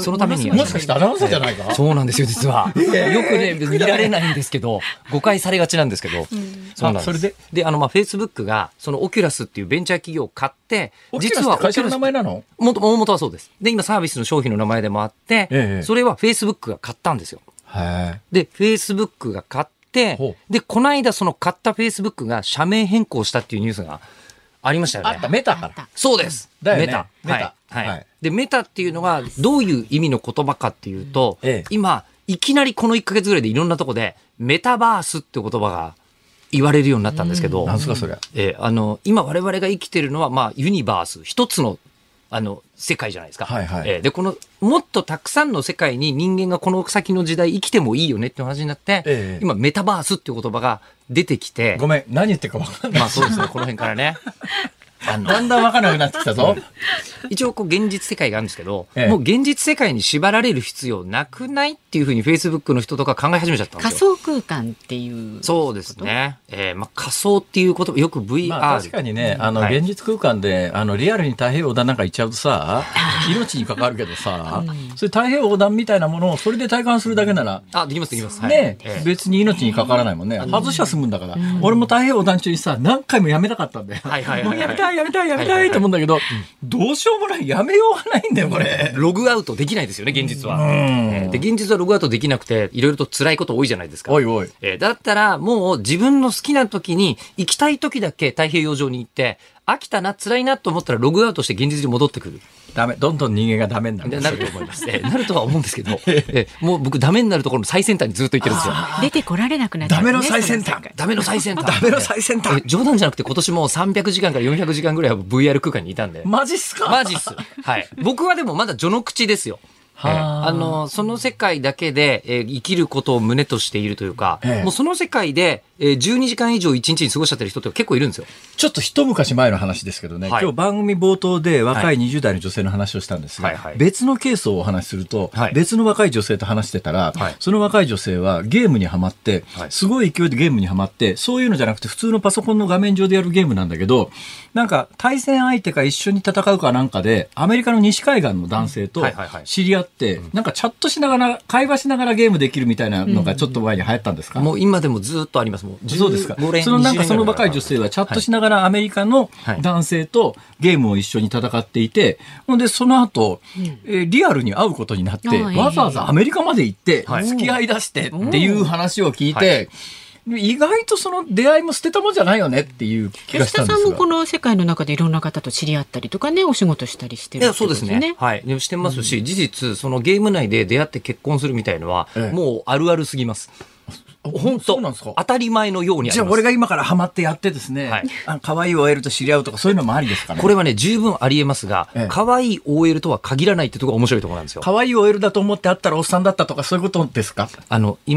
そのために。 もしかしてアナウンサーじゃないか？ そうなんですよ、実は。よくね、見られないんですけど、誤解されがちなんですけど、そうなんです。 それでで、あの、まあ、フェイスブックが、そのオキュラスっていうベンチャー企業を買って、 実は会社の名前なの？ もともとはそうです。で、今サービスの商品の名前でもあって、ええ、それはフェイスブックが買ったんですよ。で、フェイスブックが買って、で、この間その買ったフェイスブックが社名変更したっていうニュースがありましたよね。 あった、メタから。 そうです。 だよね、 メタ。 メタ。 はい。はい。で、メタっていうのがどういう意味の言葉かっていうと、ええ、今、いきなりこのいっかげつぐらいでいろんなとこで、メタバースって言葉が言われるようになったんですけど、 なんすかそれ。 えー、あの、今我々が生きてるのは、まあ、ユニバース、一つの、あの、世界じゃないですか。 はいはい。 えー、で、この、もっとたくさんの世界に人間がこの先の時代生きてもいいよねって話になって、えー、今、メタバースっていう言葉が出てきて。 ごめん、何言ってるか分かんない。 まあそうですね、この辺からね。 あのだんだん分からなくなってきたぞ。 一応こう現実世界があるんですけど、ええ、もう現実世界に縛られる必要なくないっていうふうにフェイスブックの人とか考え始めちゃったんですよ。 仮想空間っていう。 そうですね。えー、まあ仮想っていう言葉、よく ブイアール。 まあ確かにね、あの、はい、現実空間で、あの、リアルに太平洋横断なんか行っちゃうとさ、命に関わるけどさ、うん、そういう太平洋横断みたいなものをそれで体感するだけなら、 あ、できますできます。 ね、はい、えー、別に命に関わらないもんね。外しは済むんだから。うん、俺も太平洋横断中にさ、何回もやめたかったんだよ。はいはいはいはい、もうやめたいやめたいやめたい。はいと思うんだけど、うん、どうしようもない、やめようがないんだよこれ。 ログアウトできないですよね現実は。うん、えー、で現実はログアウトできなくていろいろと辛いこと多いじゃないですか。 おいおい、 えー、だったらもう自分の好きな時に行きたい時だけ太平洋上に行って、飽きたな辛いなと思ったらログアウトして現実に戻ってくる。 ダメ、どんどん人間がダメになる。 なると思います。えー、なるとは思うんですけど、えー、もう僕ダメになるところの最先端にずっと行ってるんですよ。 出てこられなくなっちゃう、ね、 ダメの最先端。 ダメの最先端。 ダメの最先端。 えー、冗談じゃなくて今年もさんびゃくじかんからよんひゃくじかんぐらいは ブイアール 空間にいたんで。 マジっすか？ マジっす。はい。僕はでもまだ序の口ですよ。えー、あのその世界だけで、えー、生きることを胸としているというか、ええ、もうその世界で、えー、じゅうにじかん以上いちにちに過ごしちゃってる人って結構いるんですよ。 ちょっと一昔前の話ですけどね、はい、今日番組冒頭で若いにじゅう代の女性の話をしたんですが、はいはいはい、別のケースをお話しすると、はい、別の若い女性と話してたら、はい、その若い女性はゲームにはまって、はい、すごい勢いでゲームにはまって、そういうのじゃなくて普通のパソコンの画面上でやるゲームなんだけど、なんか対戦相手が一緒に戦うかなんかでアメリカの西海岸の男性と知り合って、うんはいはいはい、なんかチャットしながら会話しながらゲームできるみたいなのがちょっと前に流行ったんですか？ うん、もう今でもずっとあります。もうそうですか。そのなんかその若い女性はチャットしながらアメリカの男性とゲームを一緒に戦っていて、ほんでその後、えー、リアルに会うことになって、わざわざアメリカまで行って付き合い出してっていう話を聞いて、意外とその出会いも捨てたもんじゃないよねっていう気がしたんですが。 吉田さんもこの世界の中でいろんな方と知り合ったりとかね、お仕事したりしてるってことですね。いや、そうですね。 はい。でもしてますし、うん、事実そのゲーム内で出会って結婚するみたいのは、ええ、もうあるあるすぎます。本当当たり前のようにあります。 じゃあ俺が今からハマってやってですね、はい、あ可愛い オーエル と知り合うとかそういうのもありですかね。 これはね十分ありえますが、ええ、可愛い オーエル とは限らないってところが面白いところなんですよ。 可愛い オーエル だと思ってあったらおっさんだったとかそういうことですか？ あの今ね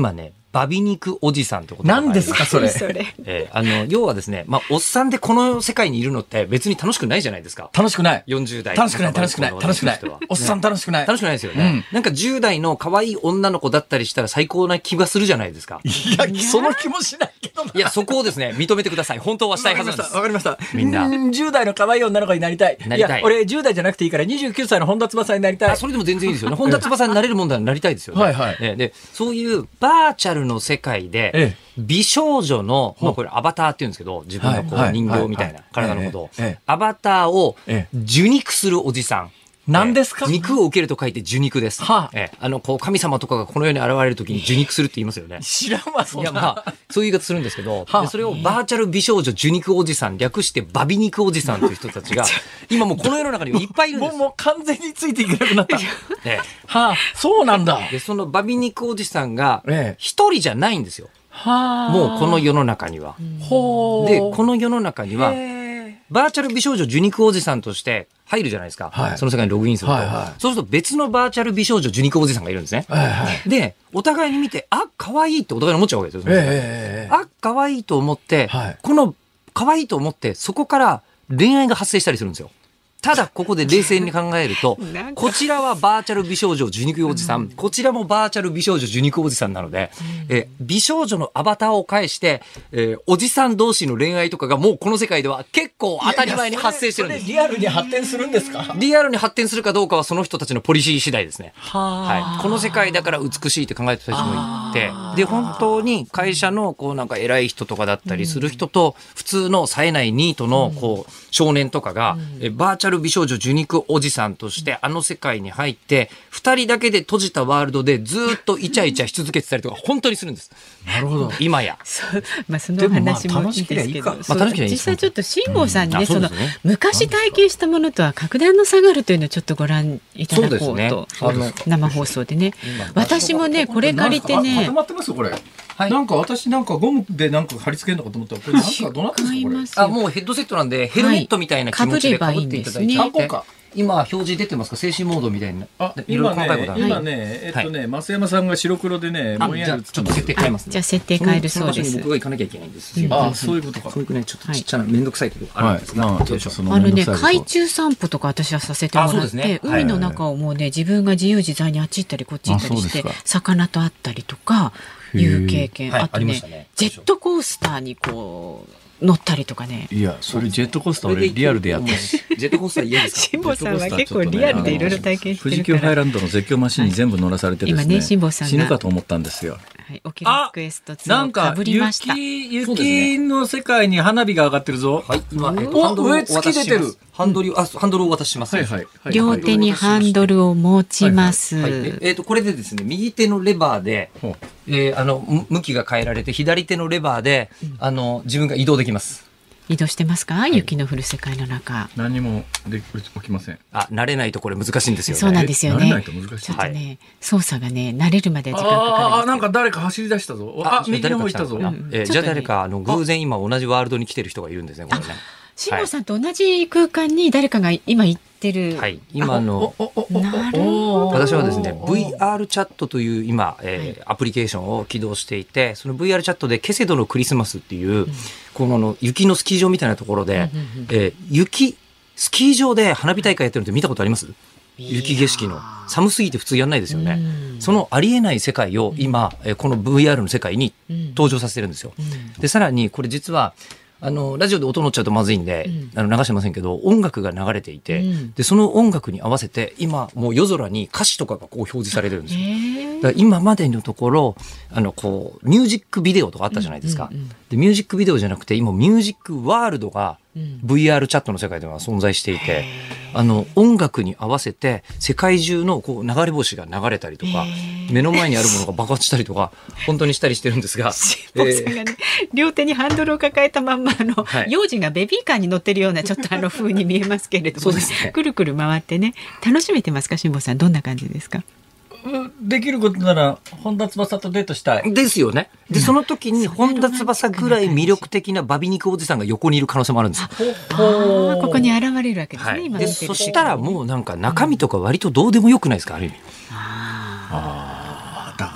バビ肉おじさんってことが何ですかそれ。 それ、 えー、あの要はですね、まあ、おっさんでこの世界にいるのって別に楽しくないじゃないですか。 楽しくない。 よんじゅう代楽しくない楽しくない楽しくない。おっさん楽しくない。 楽しくないですよね。うん、なんかじゅう代の可愛い女の子だったりしたら最高な気がするじゃないですか。 いやその気もしないけどな。 いやそこをですね認めてください。本当はしたいはずなんです。 わかりました。 みんなじゅう代の可愛い女の子になりたい。 なりたい。 いや俺じゅう代じゃなくていいからにじゅうきゅうさいの本田翼になりたい。 あそれでも全然いいですよね。本田翼になれるもんだらなりたいですよね。はいはい。えー、でそういうバーチャルの世界で。ええ、美少女の、まあ、これアバターって言うんですけど、自分のこう人形みたいな体のことを、アバターを受肉するおじさん。 何ですか？ 肉を受けると書いて受肉です。はあ、えあのこう神様とかがこの世に現れるときに受肉するって言いますよね。 知らんわそんな。 いやまあそういう言い方するんですけど、はあ、でそれをバーチャル美少女受肉おじさん略してバビ肉おじさんという人たちが今もうこの世の中にはいっぱいいるんです。 もうもう完全についていけなくなった。えはあそうなんだ。 でそのバビ肉おじさんが一人じゃないんですよ。はあ、もうこの世の中には。ほでこの世の中にはバーチャル美少女受肉おじさんとして入るじゃないですか、はい、その世界にログインすると、はいはい、そうすると別のバーチャル美少女受肉おじさんがいるんですね、はいはい、でお互いに見てあ可愛いってお互いに思っちゃうわけですよ、えー、あ可愛いと思って、はい、この可愛いと思ってそこから恋愛が発生したりするんですよ。ただここで冷静に考えるとこちらはバーチャル美少女受肉おじさん、うん、こちらもバーチャル美少女受肉おじさんなので、うん、え美少女のアバターを介して、えー、おじさん同士の恋愛とかがもうこの世界では結構当たり前に発生してるんです。 いやいやそれ、それリアルに発展するんですか？ リアルに発展するかどうかはその人たちのポリシー次第ですね。は、はい、この世界だから美しいって考えてる人たちもいて、で本当に会社のこうなんか偉い人とかだったりする人と、うん、普通の冴えないニートのこう少年とかが、うん、えバーチャル美少女受肉おじさんとしてあの世界に入って二人だけで閉じたワールドでずっとイチャイチャし続けてたりとか本当にするんです。 なるほど。 今やそ、まあ、その話もいいですけど、実際ちょっと辛坊さんにね、うん、その昔体験したものとは格段の差があるというのをちょっとご覧いただこうと。そうですね、あの生放送でね。私もねこれ借りてね固まってますこれ。はい、なんか私なんかゴムでなんか貼り付けるのかと思ったらこれなんかどうなってるんですかこれ。 あもうヘッドセットなんでヘルメットみたいな気持ちで被っていただいて、はい、 ね、 今表示出てますか？静止モードみたいな。 あ今ね今ねえっとね増山さんが白黒でねぼんやりちょっと設定変えますね。 じゃあ設定変えるそうです。 僕が行かなきゃいけないんです。 あそういうことか。 そういうねちょっとちっちゃな面倒くさいけどあるんですが、あのね海中散歩とか私はさせてもらって、海の中をもうね自分が自由自在にあっち行ったりこっち行ったりして魚と会ったりとかいう経験、あとねジェットコースターにこう乗ったりとかね。 いやそれジェットコースター俺リアルでやったし。 ジェットコースター嫌ですか？ 辛坊さんは結構リアルでいろいろ体験してるから。 富士急ハイランドの絶叫マシンに全部乗らされてですね。 今ね辛坊さんが死ぬかと思ったんですよ。 はい、オキュラスクエストツーをかぶりました。 雪雪の世界に花火が上がってるぞ。 はい今えっとハンドルを突き出てる。ハンドルあハンドルをお渡しします。はいはいはい、両手にハンドルを持ちます。 はいはいはい、えっとこれでですね右手のレバーで、えー、あの向きが変えられて左手のレバーで、うん、あの自分が移動できます。 移動してますか、はい、雪の降る世界の中。 何もで起きません。 あ、慣れないとこれ難しいんですよね。 そうなんですよね。 慣れないと難しい。 ちょっとね、はい、操作がね慣れるまで時間かかるんですけど。 ああなんか誰か走り出したぞ。あ右の方行ったぞ。 うん、えー、じゃあ誰かあの偶然今同じワールドに来てる人がいるんですね。これね。 辛坊さんと同じ空間に誰かが今行ってる。 はい。今の私はですね ブイアール チャットという今、えーはい、アプリケーションを起動していて、その ブイアール チャットでケセドのクリスマスっていう、うん、このの雪のスキー場みたいなところで、うんうんうん、えー、雪スキー場で花火大会やってるのって見たことあります？雪景色の寒すぎて普通やんないですよね。そのありえない世界を今、うん、この ブイアール の世界に登場させてるんですよ。うん、でさらにこれ実はあのラジオで音乗っちゃうとまずいんで、うん、あの流してませんけど音楽が流れていて、うん、でその音楽に合わせて今もう夜空に歌詞とかがこう表示されてるんですよ。だから今までのところあのこうミュージックビデオとかあったじゃないですか、うんうんうん、でミュージックビデオじゃなくて今ミュージックワールドが ブイアール チャットの世界では存在していて、あの音楽に合わせて世界中のこう流れ星が流れたりとか目の前にあるものが爆発したりとか本当にしたりしてるんですが、 辛坊さんがね、両手にハンドルを抱えたまんまの、はい、幼児がベビーカーに乗ってるようなちょっとあの風に見えますけれども、ね、そうですね、くるくる回ってね楽しめてますか？辛坊さんどんな感じですか？ できることなら本田翼とデートしたいですよね。でその時に本田翼ぐらい魅力的なバビ肉おじさんが横にいる可能性もあるんですよ。 あここに現れるわけですね、はい、今でそしたらもうなんか中身とか割とどうでもよくないですか、ある意味。 ああだか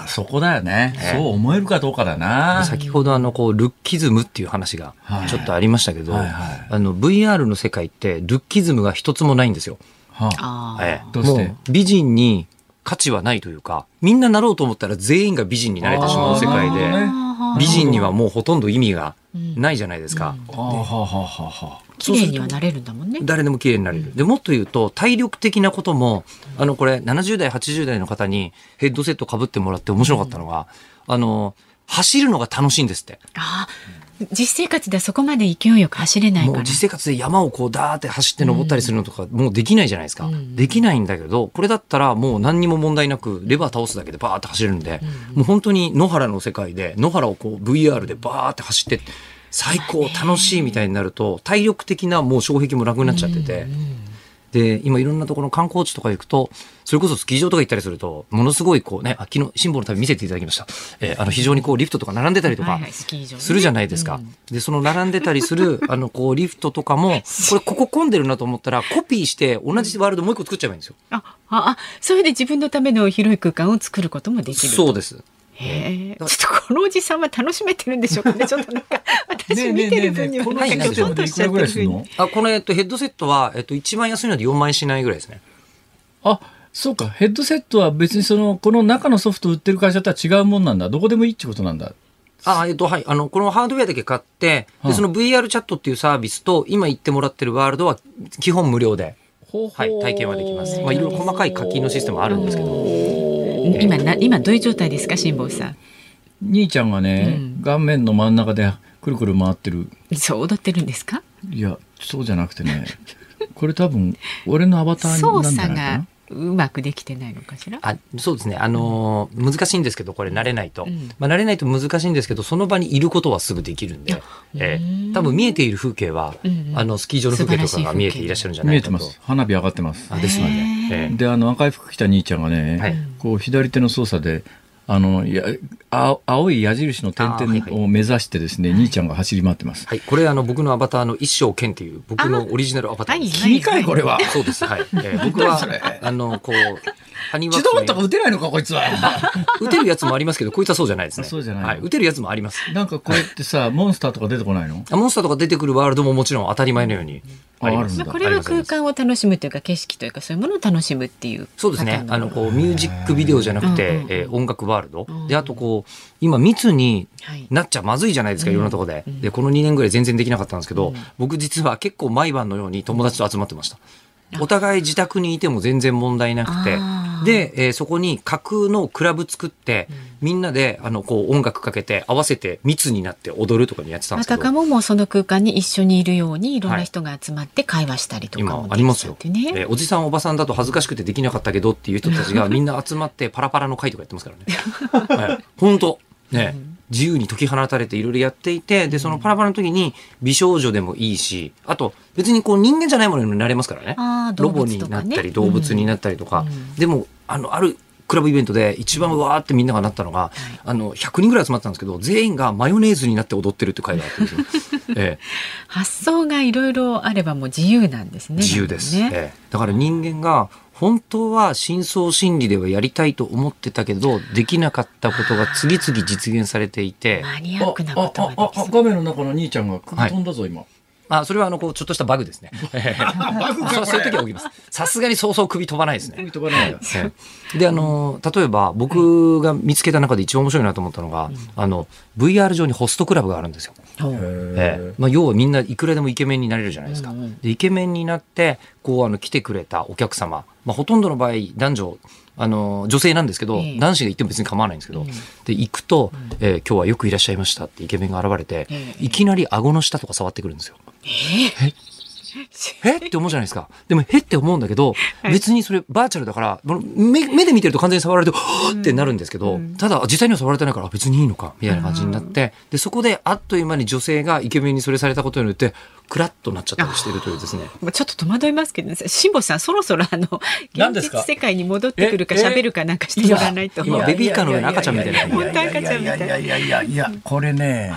そこだよね、えー、そう思えるかどうかだな。 先ほどあのこうルッキズムっていう話がちょっとありましたけど、はいはいはい、あの ブイアール の世界ってルッキズムが一つもないんですよ。はあえー、どうしてもう美人に価値はないというか、みんななろうと思ったら全員が美人になれてしまう世界で、美人にはもうほとんど意味がないじゃないですか。 綺麗にはなれるんだもんね。 誰でも綺麗になれる。でもっと言うと体力的なことも、あのこれななじゅう代はちじゅう代の方にヘッドセット被ってもらって面白かったのが、うん、あの走るのが楽しいんですって。 あ実生活ではそこまで勢いよく走れないから。 もう実生活で山をこうダーって走って登ったりするのとか、もうできないじゃないですか、うん、できないんだけど、これだったらもう何にも問題なくレバー倒すだけでバーって走れるんで、うん、もう本当に野原の世界で野原をこう ブイアール でバーって走って最高楽しいみたいになると、体力的なもう障壁もなくなっちゃってて、うんうん、で今いろんなところの観光地とか行くと、それこそスキー場とか行ったりするとものすごいこうね、昨日辛抱の旅見せていただきました、えー、あの非常にこうリフトとか並んでたりとかするじゃないですか、でその並んでたりするあのこうリフトとかも、これここ混んでるなと思ったらコピーして同じワールドもう一個作っちゃえばいいんですよ。 ああ、それで自分のための広い空間を作ることもできる。 そうです。 へえ、ちょっとこのおじさんは楽しめてるんでしょうかね。ちょっとなんか私見てる分にはなんかちょっとしちゃってる風に。 あ、このえっとヘッドセットはえっと一番安いのでよんまん円しないぐらいですね。 あ、そうか。ヘッドセットは別にそのこの中のソフト売ってる会社とは違うもんなんだ。どこでもいいってことなんだ。 あ、えっとはい、あのこのハードウェアだけ買って、でその ブイアール チャットっていうサービスと今言ってもらってるワールドは基本無料で、はい、体験はできます。まあいろいろ細かい課金のシステムあるんですけど。 今な今どういう状態ですか、辛坊さん。 兄ちゃんがね、うん、顔面の真ん中でくるくる回ってる。 そう踊ってるんですか。 いやそうじゃなくてね、これ多分俺のアバターなんじゃないかな。操作がうまくできてないのかしら。 あ、そうですね、あのー、難しいんですけど、これ慣れないと、うん、まあ、慣れないと難しいんですけど、その場にいることはすぐできるんで、えー、多分見えている風景は、うん、あのスキー場の風景とかが見えていらっしゃるんじゃないかと。 見えてます。花火上がってます。 あですので、えー、であの赤い服着た兄ちゃんがね、はい、こう左手の操作であのやあ青い矢印の点々を目指してですね、はいはい、兄ちゃんが走り回ってます。 はい、これあの僕のアバターの一生健っていう僕のオリジナルアバターです。 君かいこれは。 そうです。はい。えー、僕はあのこうハニーワックス自動とか打てないのかこいつは。 打てるやつもありますけど、こいつはそうじゃないですね。 そうじゃない。 はい、打てるやつもあります。 なんかこうやってさ、モンスターとか出てこないの？ モンスターとか出てくるワールドももちろん当たり前のようにあります。 まあ、これは空間を楽しむというか景色というかそういうものを楽しむっていう。 そうですね。あのこうミュージックビデオじゃなくて、うんうん、えー、音楽ワールド、うん、であとこう今密になっちゃまずいじゃないですか、はい、いろんなところで、うん、でこのにねんぐらい全然できなかったんですけど、うん、僕実は結構毎晩のように友達と集まってました。お互い自宅にいても全然問題なくて、で、えー、そこに架空のクラブ作って、うん、みんなであのこう音楽かけて合わせて密になって踊るとかにやってたんですけど、 あたかももうその空間に一緒にいるようにいろんな人が集まって会話したりとかもできちゃって、ね、 今ありますよ、えー、おじさんおばさんだと恥ずかしくてできなかったけどっていう人たちがみんな集まってパラパラの会とかやってますからね。はい、本当ね、うん、自由に解き放たれていろいろやっていて、でそのパラパラの時に美少女でもいいし、あと別にこう人間じゃないものになれますからね。ロボになったり動物になったりとか、うん、でもあのあるクラブイベントで一番わーってみんながなったのが、うん、あのひゃくにんぐらい集まってたんですけど、全員がマヨネーズになって踊ってるって会があってですよ、ええ、 発想がいろいろあればもう自由なんですね。 自由です、 ね、 ええ、だから人間が本当は深層心理ではやりたいと思ってたけどできなかったことが次々実現されていて、 マニアックなことができそう。 あああ画面の中の兄ちゃんが首飛んだぞ、はい、今。 あ、それはあのこうちょっとしたバグですね。 バグかそういう時は起きます。さすがにそうそう首飛ばないですね。 首飛ばないよ。 で、あの例えば僕が見つけた中で一番面白いなと思ったのが、うん、あの ブイアール 上にホストクラブがあるんですよ。えーまあ、要はみんないくらでもイケメンになれるじゃないですか。うんうん、でイケメンになってこうあの来てくれたお客様、まあ、ほとんどの場合男女あの女性なんですけど、えー、男子が行っても別に構わないんですけど、うん、で行くと、うんえー、今日はよくいらっしゃいましたってイケメンが現れて、えー、いきなり顎の下とか触ってくるんですよ。えー、えって思うじゃないですか。でもへって思うんだけど、はい、別にそれバーチャルだから目, 目で見てると完全に触られてはーってなるんですけど、うん、ただ実際には触られてないから別にいいのかみたいな感じになって、でそこであっという間に女性がイケメンにそれされたことによってクラッとなっちゃったりしているというですね。 ちょっと戸惑いますけど、ね、辛坊さんそろそろあの現実世界に戻ってくるか喋るかなんかしてもらわないと。 今ベビーカーの上の赤ちゃんみたいな。 本当赤ちゃんみたいな。 いやいやいやいやいやこれね、はい、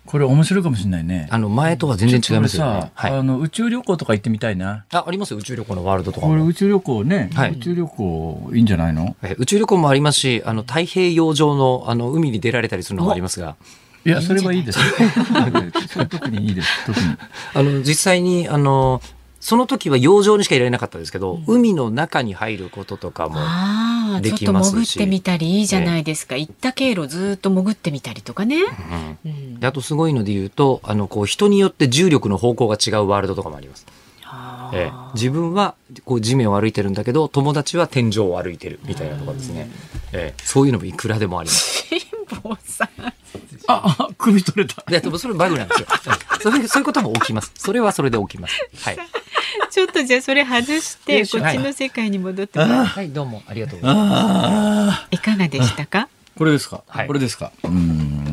これ面白いかもしれないね。 あの前とは全然違いますよね。 はい、あの宇宙旅行とか行ってみたいな。 あ、ありますよ、宇宙旅行のワールドとかも。 これ宇宙旅行ね、 はい、 宇宙旅行いいんじゃないの？ え宇宙旅行もありますし、あの太平洋上のあの海に出られたりするのもありますが。 いや、それはいいです。特にいいです。特に。 あの実際にあのその時は洋上にしかいられなかったですけど、うん、海の中に入ることとかもできますし、 ちょっと潜ってみたりいいじゃないですか。行った経路ずっと潜ってみたりとかね。 うんうん、であとすごいので言うと、あのこう人によって重力の方向が違うワールドとかもあります。ええ、自分はこう地面を歩いてるんだけど、友達は天井を歩いてるみたいなとかですね。ええ、そういうのもいくらでもあります。 辛坊さん。 あ、あ、首取れた。 で、それバグなんですよ。そういう、そういうことも起きます。それはそれで起きます。はい。 ちょっとじゃあそれ外してこっちの世界に戻ってもらう。 はい、どうもありがとうございます。 いかがでしたか？ これですか？ はい、これですか？うん。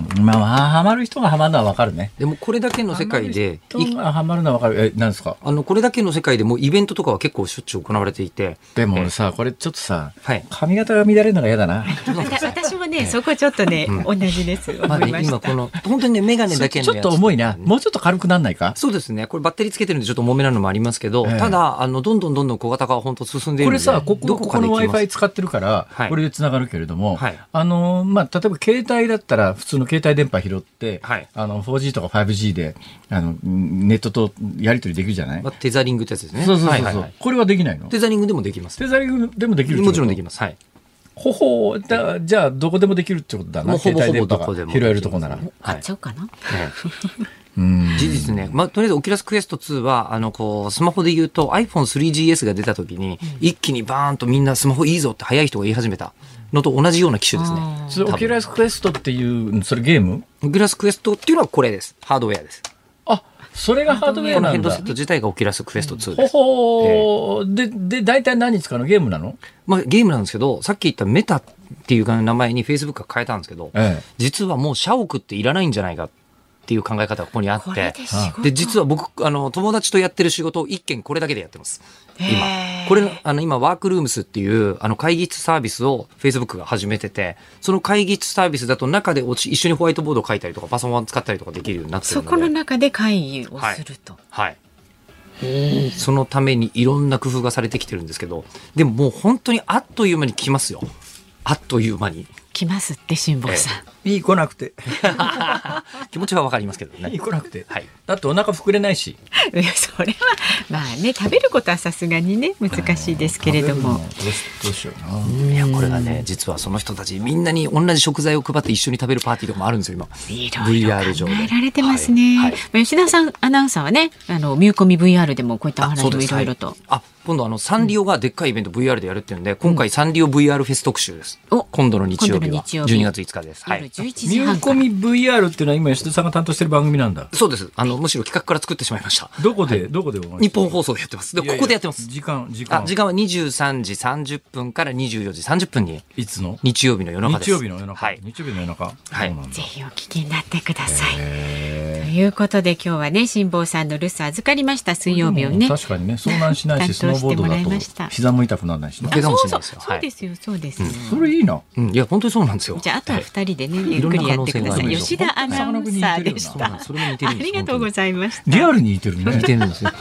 まあ、ハマる人がハマるのはわかるね。 でもこれだけの世界で、 人がハマるのはわかる。え、何ですか？ あのこれだけの世界でもイベントとかは結構しょっちゅう行われていて。 でもさ、これちょっとさ、 はい、 髪型が乱れるのが嫌だな。 私もね、そこちょっとね、同じです。思いました。 今この本当にね、メガネだけのちょっと重いな。もうちょっと軽くなんないか？ そうですね。これバッテリーつけてるんでちょっと重めなのもありますけど、ただあのどんどんどんどん小型化は本当進んでいるので。 これさ、ここここの Wi-Fi 使ってるから、これでつながるけれども、あのまあ例えば携帯だったら普通の携帯電波拾って、あの フォージー とか ファイブジー であのネットとやり取りできるじゃない？ テザリングってやつですね。 そうそうそうそう。これはできないの？ テザリングでもできます。 テザリングでもできる？ もちろんできます。はい。 ほほだじゃあどこでもできるってことだな。携帯電波が拾えるとこなら。 買っちゃおうかな。 事実ね、まあ、とりあえずオキュラスクエストツーはあのこうスマホで言うと アイフォンスリージーエス が出た時に、うん、一気にバーンとみんなスマホいいぞって早い人が言い始めたのと同じような機種ですね。 それオキュラスクエストっていうそれゲーム？ オキュラスクエストっていうのはこれです。ハードウェアです。 あ、それがハードウェアなんだ。 このヘッドセット自体がオキュラスクエストツーです。 ほほー、えー、でで大体何使うの？ゲームなの？ まあゲームなんですけど、さっき言ったメタっていう名前に Facebook が変えたんですけど、ええ、実はもう社屋っていらないんじゃないかっていう考え方がここにあって、で実は僕あの友達とやってる仕事を一件これだけでやってます。今これあの今ワークルームスっていうあの会議室サービスを Facebook が始めてて、その会議室サービスだと中で一緒にホワイトボードを書いたりとかパソコンを使ったりとかできるようになってるので、 そこの中で会議をすると、 はいはい、そのためにいろんな工夫がされてきてるんですけど、でももう本当にあっという間に来ますよ。あっという間に来ますって辛坊さん、 ええ、いい来なくて気持ちはわかりますけどね。 いい来なくて、 はい、 だってお腹膨れないし。 いやそれはまあね、食べることはさすがにね難しいですけれども、 どうしような。 いやこれがね、実はその人たちみんなに同じ食材を配って一緒に食べるパーティーとかもあるんですよ今。 いろいろ考えられてますね、はいはい、吉田さんアナウンサーはね、あのミューコミ ブイアール でもこういったお話もいろいろと、はい、 あ今度あのサンリオがでっかいイベント ブイアール でやるっていうんで、今回サンリオ ブイアール フェス特集です、うん、今度の日曜日はじゅうにがついつかです。はい、 ミューコミ ブイアール っていうのは今吉田さんが担当してる番組なんだ。 そうです。あのむしろ企画から作ってしまいました。 どこで、 はい、 どこで日本放送でやってます。でここでやってます。 時間時間あ時間はにじゅうさんじさんじゅっぷんからにじゅうよじさんじゅっぷんに。 いつの？ 日曜日の夜中です。 日曜日の夜中。 はい。 日曜日の夜中。 はい。 ぜひお聞きになってください。ということで今日はね、辛坊さんの留守預かりました水曜日をね。 確かにね、遭難しないしスノーボードだと膝も痛くならないしね。 怪我もしないですよ。 そうですよ、そうですよ。 それいいな。 うん、いや本当にそうなんですよ。 じゃああとは二人でね、ゆっくりやってください。吉田アナウンサーでした。 それも似てるんです。 ありがとうございました。 リアルに似てるね。 似てるんですよ。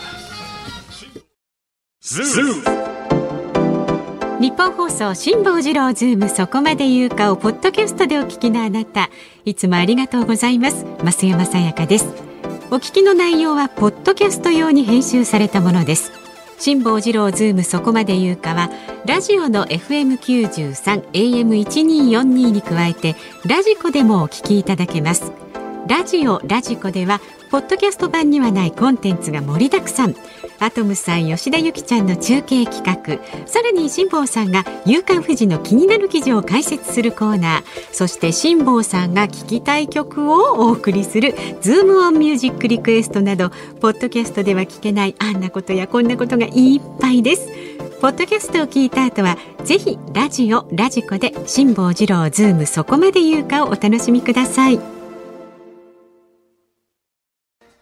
日本放送辛坊治郎ズームそこまで言うかをポッドキャストでお聞きのあなた、いつもありがとうございます。増山さやかです。お聞きの内容はポッドキャスト用に編集されたものです。辛坊治郎ズームそこまで言うかはラジオの エフエムきゅうじゅうさん エーエムせんにひゃくよんじゅうに に加えてラジコでもお聞きいただけます。ラジオラジコではポッドキャスト版にはないコンテンツが盛りだくさん。アトムさん、吉田ゆきちゃんの中継企画、さらに辛坊さんが夕刊フジの気になる記事を解説するコーナー、そして辛坊さんが聴きたい曲をお送りするズームオンミュージックリクエストなど、ポッドキャストでは聞けないあんなことやこんなことがいっぱいです。ポッドキャストを聞いた後はぜひラジオラジコで辛坊治郎ズームそこまで言うかをお楽しみください。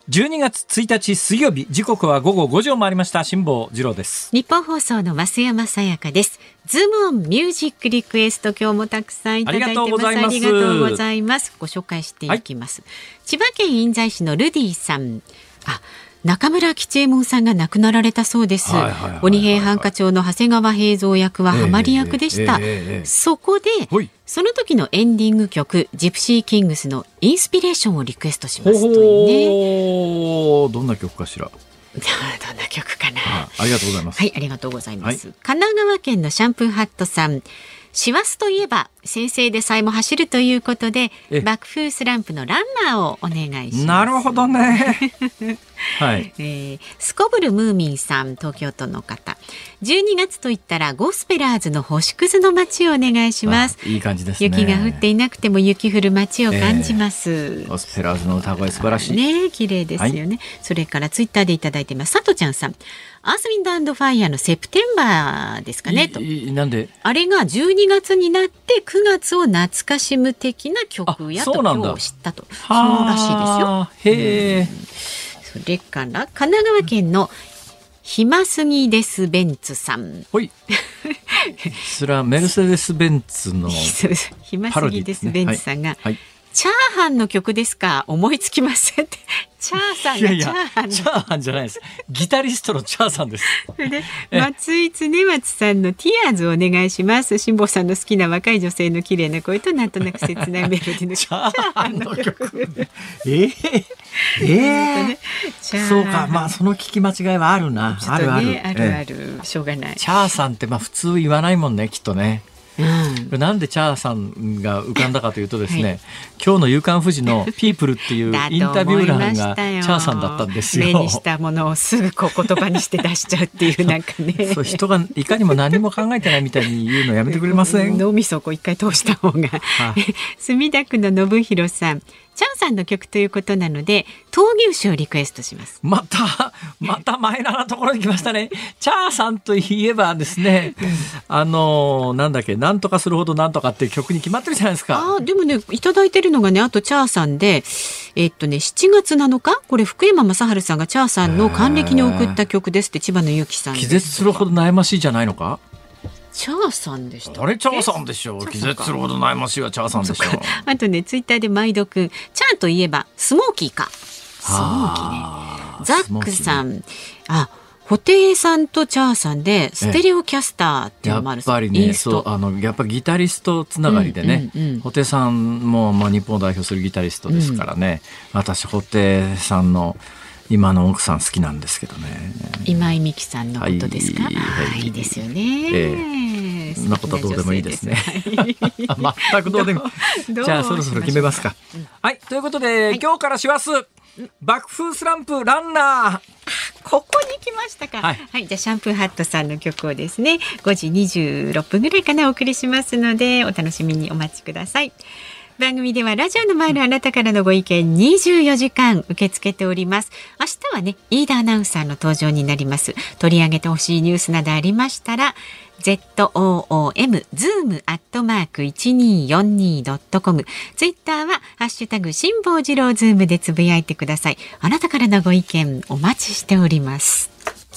じゅうにがつついたち水曜日、時刻は午後ごじを回りました。辛坊治郎です。 日本放送の増山さやかです。ズームオンミュージックリクエスト、今日もたくさんいただいてます。ありがとうございます。ありがとうございます。ご紹介していきます、はい、千葉県印西市のルディさん、あ、中村吉右衛門さんが亡くなられたそうです。鬼平犯科帳の長谷川平蔵役はハマり役でした、えーえーえー、そこでその時のエンディング曲ジプシーキングスのインスピレーションをリクエストしますというね。 どんな曲かしら。 どんな曲かな。 あ, ありがとうございます。 はい、ありがとうございます、はい、神奈川県のシャンプーハットさん、師走といえば先生でさえも走るということで爆風スランプのランナーをお願いします。 なるほどねはい、 えー、スコブルムーミンさん、東京都の方、じゅうにがつといったらゴスペラーズの星屑の街をお願いします。 いい感じですね。 雪が降っていなくても雪降る街を感じます、えー、ゴスペラーズの歌声素晴らしいね、綺麗ですよね、はい、それからツイッターでいただいています。さとちゃんさん、アースウィンド&ファイヤーのセプテンバーですかねと。 なんであれがじゅうにがつになってくがつを懐かしむ的な曲やと今日知ったと。そうらしいですよ。 へー、うん、 それから神奈川県の暇すぎですベンツさん、 ほいそれはメルセデスベンツの暇すぎですベンツさんが、はいはい、チャーハンの曲ですか、思いつきませんってチャーさんがチャーハン。いやいや、 チャーハンじゃないです。ギタリストのチャーさんです。 で松井常松さんのティアーズをお願いします。辛坊さんの好きな若い女性の綺麗な声となんとなく切ないメロディーのチャーハンの曲えー、えーね、そうか、まあその聞き間違いはあるな、ね、あるあるあるある、しょうがない。 チャーさんってまあ普通言わないもんね、きっとね。うん、なんでチャーさんが浮かんだかというとですね、はい、今日の夕刊フジのピープルっていうインタビュー欄がチャーさんだったんですよ。 目にしたものをすぐこう言葉にして出しちゃうっていうなんかねそう、人がいかにも何も考えてないみたいに言うのやめてくれません？ 脳みそを一回通した方が、はあ、墨田区の信弘さん、チャンさんの曲ということなので闘牛士をリクエストします。 またまたマイナーなところに来ましたね。チャーさんといえばですね、あのなんだっけ、なんとかするほどなんとかっていう曲に決まってるじゃないですか。 あ、でもね、いただいてるのがね、あとチャーさんで、えっとねしちがつなのか、これ福山雅治さんがチャーさんの還暦に送った曲ですって。千葉のゆきさんです。 気絶するほど悩ましいじゃないのか。 チャーさんでした。 あれチャーさんでしょう。気絶するほど悩ましいはチャーさんでしょう。 あとね、ツイッターで毎度くん、チャーといえばスモーキーか。スモーキーね。ザックさん、ね、あ、布袋さんとチャーさんでステレオキャスターっていうのもある。 やっぱりね、そう、あのやっぱギタリストつながりでね、うんうんうん、布袋さんも、まあ、日本を代表するギタリストですからね、うん、私布袋さんの今の奥さん好きなんですけどね。 今井美樹さんのことですか。はい、はい、いいですよね、 えー、そんなことはどうでもいいですね。全くどうでもじゃあそろそろ決めますか、うん、はい、ということで、はい、今日から師走爆風スランプランナー、 ここに来ましたか。はい、はい、じゃあシャンプーハットさんの曲をですねごじにじゅうろっぷんぐらいかなお送りしますのでお楽しみにお待ちください。番組ではラジオの前のあなたからのご意見にじゅうよじかん受け付けております。明日はね、飯田アナウンサーの登場になります。取り上げてほしいニュースなどありましたら ズーム ズーム アットマーク いちにーよんにー ドットコム、 ツイッターはハッシュタグ辛坊治郎ズームでつぶやいてください。あなたからのご意見お待ちしております。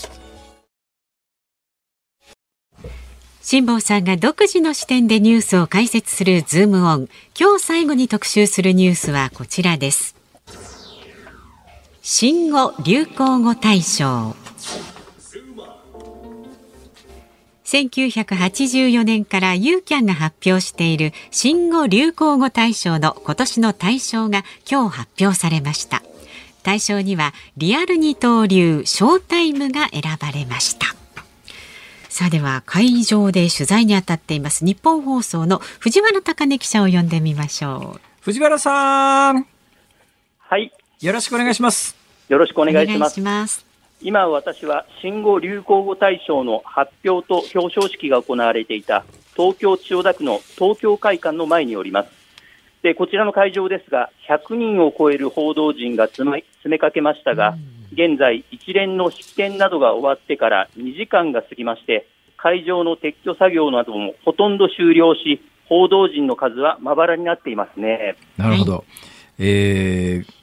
辛坊さんが独自の視点でニュースを解説するズームオン。今日最後に特集するニュースはこちらです。新語・流行語大賞。せんきゅうひゃくはちじゅうよねんからユーキャンが発表している新語・流行語大賞の今年の大賞が今日発表されました。大賞にはリアル二刀流ショータイムが選ばれました。さあ、では会場で取材に当たっています日本放送の藤原貴根記者を呼んでみましょう。 藤原さん、 はい、 よろしくお願いします。 よろしくお願いします。 お願いします。 今私は新語・流行語大賞の発表と表彰式が行われていた東京千代田区の東京会館の前におります。で、こちらの会場ですがひゃくにんを超える報道陣が詰め、詰めかけましたが、現在一連の式典などが終わってからにじかんが過ぎまして、会場の撤去作業などもほとんど終了し、報道陣の数はまばらになっていますね。 なるほど、はい、えー、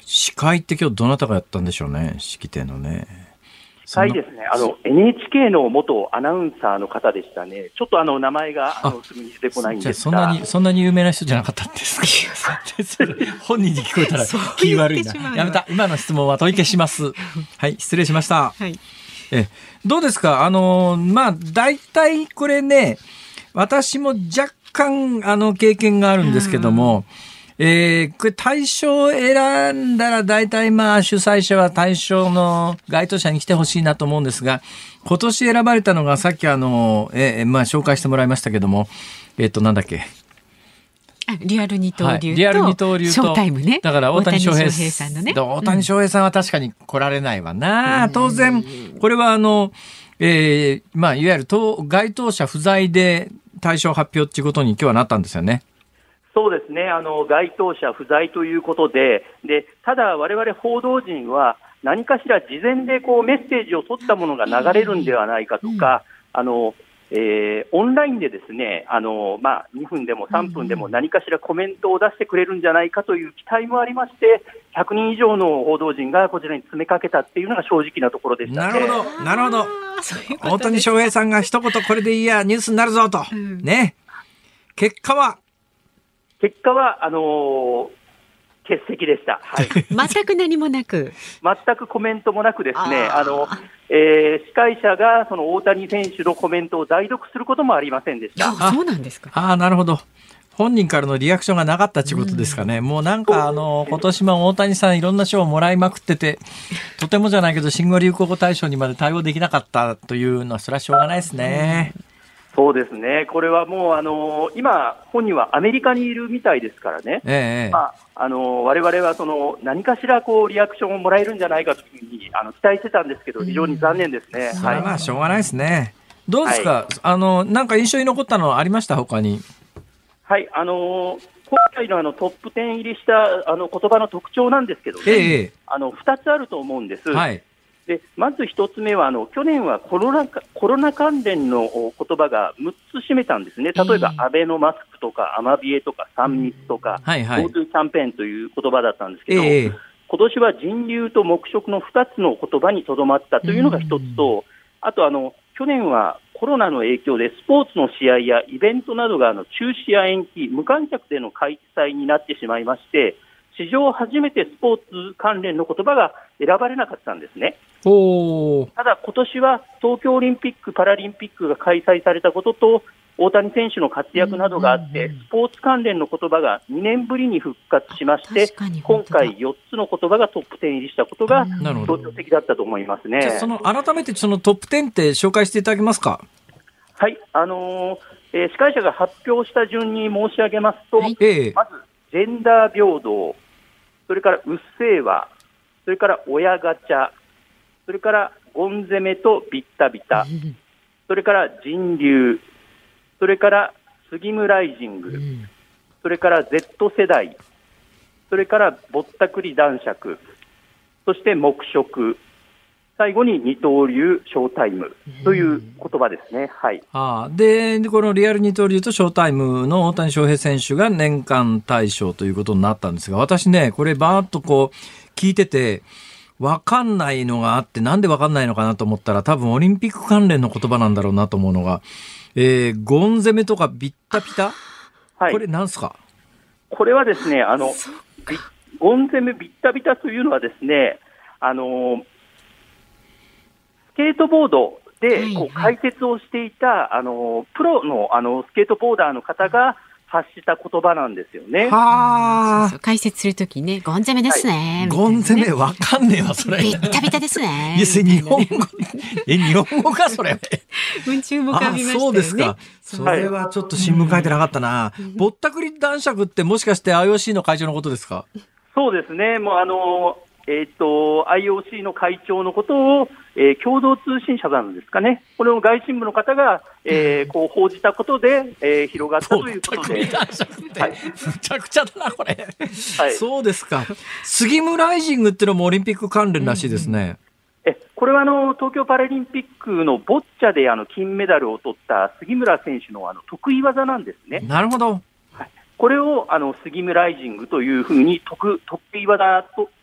司会って今日どなたがやったんでしょうね、式典のね。 司会ですね、あの エヌエイチケー の元アナウンサーの方でしたね。ちょっとあの名前があのすぐに出てこないんですが、 そんなにそんなに有名な人じゃなかったんですか。本人に聞こえたら気悪いな。やめた。今の質問は取り消します。はい、失礼しました。はい、えどうですか。あのまあ大体これね、私も若干あの経験があるんですけども。えー、これ対象を選んだら大体まあ主催者は対象の該当者に来てほしいなと思うんですが、今年選ばれたのがさっきあの、えー、まあ紹介してもらいましたけども、えっとなんだっけ。 リアル二刀流と、はい、 リアル二刀流と、 ショータイムね。 だから大谷翔平さんのね。 大谷翔平さんは確かに来られないわな。うん、当然、これはあの、えー、まあいわゆる該当者不在で対象発表っていうことに今日はなったんですよね。 そうですね、あの該当者不在ということで、でただ、我々報道陣は何かしら事前でこうメッセージを取ったものが流れるんではないかとか、あのえー、オンラインでですね、あの、まあ、にふんでもさんぷんでも何かしらコメントを出してくれるんじゃないかという期待もありまして、ひゃくにん以上の報道陣がこちらに詰めかけたっていうのが正直なところでしたね。 なるほど、なるほど。大谷翔平さんが一言これでいいや、ニュースになるぞと。うん、ね。結果は結果はあのー、欠席でした、はい、 全く何もなく全くコメントもなくですね、あの、えー、司会者がその大谷選手のコメントを代読することもありませんでした。 あ、そうなんですか。 あ、なるほど。本人からのリアクションがなかったということですかね。うん、もうなんかあの今年も大谷さんいろんな賞をもらいまくってて、とてもじゃないけど新語・流行語大賞にまで対応できなかったというのはそれはしょうがないですね。うん、 そうですね、これはもう、あのー、今、本人はアメリカにいるみたいですからね、ええ、まああのー、我々はその何かしらこうリアクションをもらえるんじゃないかというふうにあの期待してたんですけど、非常に残念ですね。 うん、はい、まあしょうがないですね。どうですか、はい、あのなんか印象に残ったのはありました、他に。 はい、あのー、今回のあのトップじゅう入りしたあの言葉の特徴なんですけどね、ええ、あのふたつあると思うんです。はい、でまずひとつめはあの去年はコロナコロナ関連の言葉がむっつ占めたんですね。例えば、アベノマスクとかアマビエとかさん密とか、はいはい、GoTo キャンペーンという言葉だったんですけど、えー、今年は人流と黙食のふたつの言葉にとどまったというのがひとつと、あとあの去年はコロナの影響でスポーツの試合やイベントなどがあの中止や延期、無観客での開催になってしまいまして、史上初めてスポーツ関連の言葉が選ばれなかったんですね。おただ今年は東京オリンピック・パラリンピックが開催されたことと大谷選手の活躍などがあって、スポーツ関連の言葉がにねんぶりに復活しまして、今回よっつの言葉がトップじゅう入りしたことが象徴的だったと思いますね。 じゃあその改めてそのトップじゅうって紹介していただけますか。 はい、あのーえー、司会者が発表した順に申し上げますと、はい、まずジェンダー平等、それからうっせぇわ、それから親ガチャ、それからゴン攻めとビッタビタ、それから人流、それからスギムライジング、それから Z 世代、それからぼったくり男爵、そして黙食、最後に二刀流ショータイムという言葉ですね。はい。 あで、このリアル二刀流とショータイムの大谷翔平選手が年間大賞ということになったんですが、私ね、これバーッとこう聞いてて、わかんないのがあって、なんでわかんないのかなと思ったら、多分オリンピック関連の言葉なんだろうなと思うのが、えー、ゴン攻めとかビッタピタ、はい、これなんすか。 これはですね、あのゴン攻めビッタビタというのはですね、あのスケートボードでこう解説をしていた、はいはい、あのプロの、あのスケートボーダーの方が発した言葉なんですよね。 はそうそう解説するときね、ゴン攻めですね。 はい、ゴン攻めわかんねえわそれ。 ビッタビタですね。 いやそれ日本語え日本語かそれ。 文中もかみましたよね。 そうですか。それはちょっと新聞書いてなかったな。うん、ぼったくり男爵ってもしかして アイオーシー の会長のことですか。 そうですね。もうあのえっ、ー、と アイオーシー の会長のことを、えー、共同通信社なんですかね。これを外信部の方が、えー、こう報じたことで、えー、広がったということで。はい、 むちゃくちゃだなこれ。はい、そうですか。スギムライジングっていうのもオリンピック関連らしいですね。 うん、えこれはあの東京パラリンピックのボッチャであの金メダルを取った杉村選手のあの得意技なんですね。 なるほど。 はい、これをあのスギムライジングというふうに得得意技と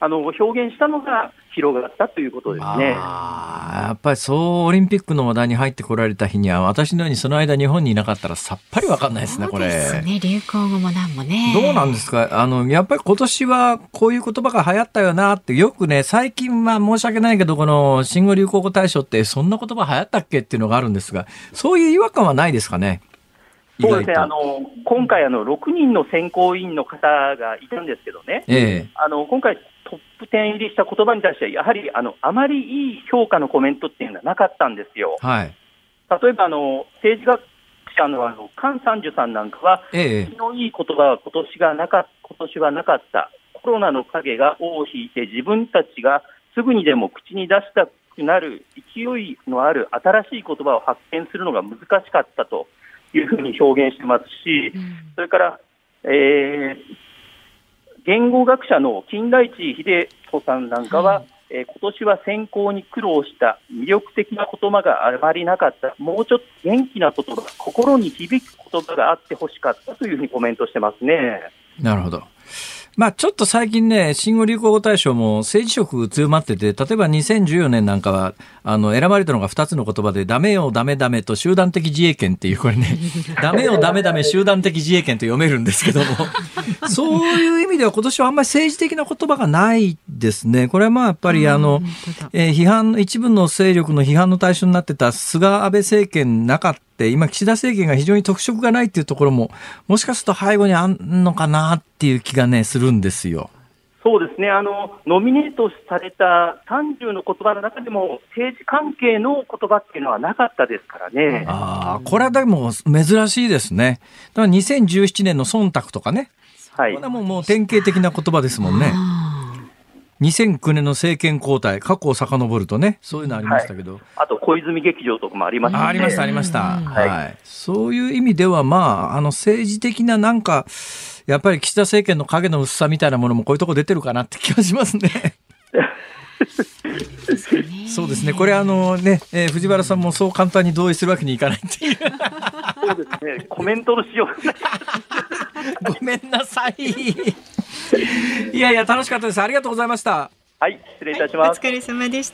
あの表現したのが広がったということですね。 あやっぱりそうオリンピックの話題に入ってこられた日には私のようにその間日本にいなかったらさっぱり分かんないですねこれ。 そうですね、流行語もなんもね。 どうなんですか、あのやっぱり今年はこういう言葉が流行ったよなってよくね、最近は申し訳ないけどこの新語・流行語大賞ってそんな言葉流行ったっけっていうのがあるんですが、そういう違和感はないですかね。 そうですね、あの今回あのろくにんの選考委員の方がいたんですけどね、ええ、あの今回トップじゅう入りした言葉に対してはやはりあのあまりいい評価のコメントっていうのはなかったんですよ。 はい、 例えばあの政治学者のあの菅三樹さんなんかは、ええ、気のいい言葉は今年がなか今年はなかった、コロナの影が尾を引いて自分たちがすぐにでも口に出したくなる勢いのある新しい言葉を発見するのが難しかったというふうに表現してますし、うん、それから、えー、言語学者の金田一秀人さんなんかは、はいえー、今年は選考に苦労した魅力的な言葉があまりなかった、もうちょっと元気な言葉、心に響く言葉があってほしかったというふうにコメントしてますね。 なるほど。まあちょっと最近ね、新語・流行語大賞も政治色強まってて、例えばにせんじゅうよねんなんかは、あの、選ばれたのがふたつの言葉で、ダメよ、ダメダメと集団的自衛権っていう、これね、ダメよ、ダメダメ、集団的自衛権と読めるんですけども、そういう意味では今年はあんまり政治的な言葉がないですね。これはまあやっぱりあの、えー、批判、一部の勢力の批判の対象になってた菅安倍政権なかった。今岸田政権が非常に特色がないっていうところももしかすると背後にあんのかなっていう気がねするんですよ。 そうですね、あのノミネートされたさんじゅうの言葉の中でも政治関係の言葉っていうのはなかったですからね。 あこれはでも珍しいですね。だからにせんじゅうななねんの忖度とかね、はい、これはもう、もう典型的な言葉ですもんね。にせんきゅうねんの政権交代、過去を遡るとね、そういうのありましたけど、はい、 あと小泉劇場とかもありましたね。 ありましたありました、はいはい、そういう意味ではまああの政治的ななんかやっぱり岸田政権の影の薄さみたいなものもこういうとこ出てるかなって気がしますね。そうですね、これあのね、えー、藤原さんもそう簡単に同意するわけにいかないっていう。 そうですね、コメントのしようがない。 ごめんなさい。いやいや楽しかったです。ありがとうございました。 はい、失礼いたします。はい、 お疲れ様でした。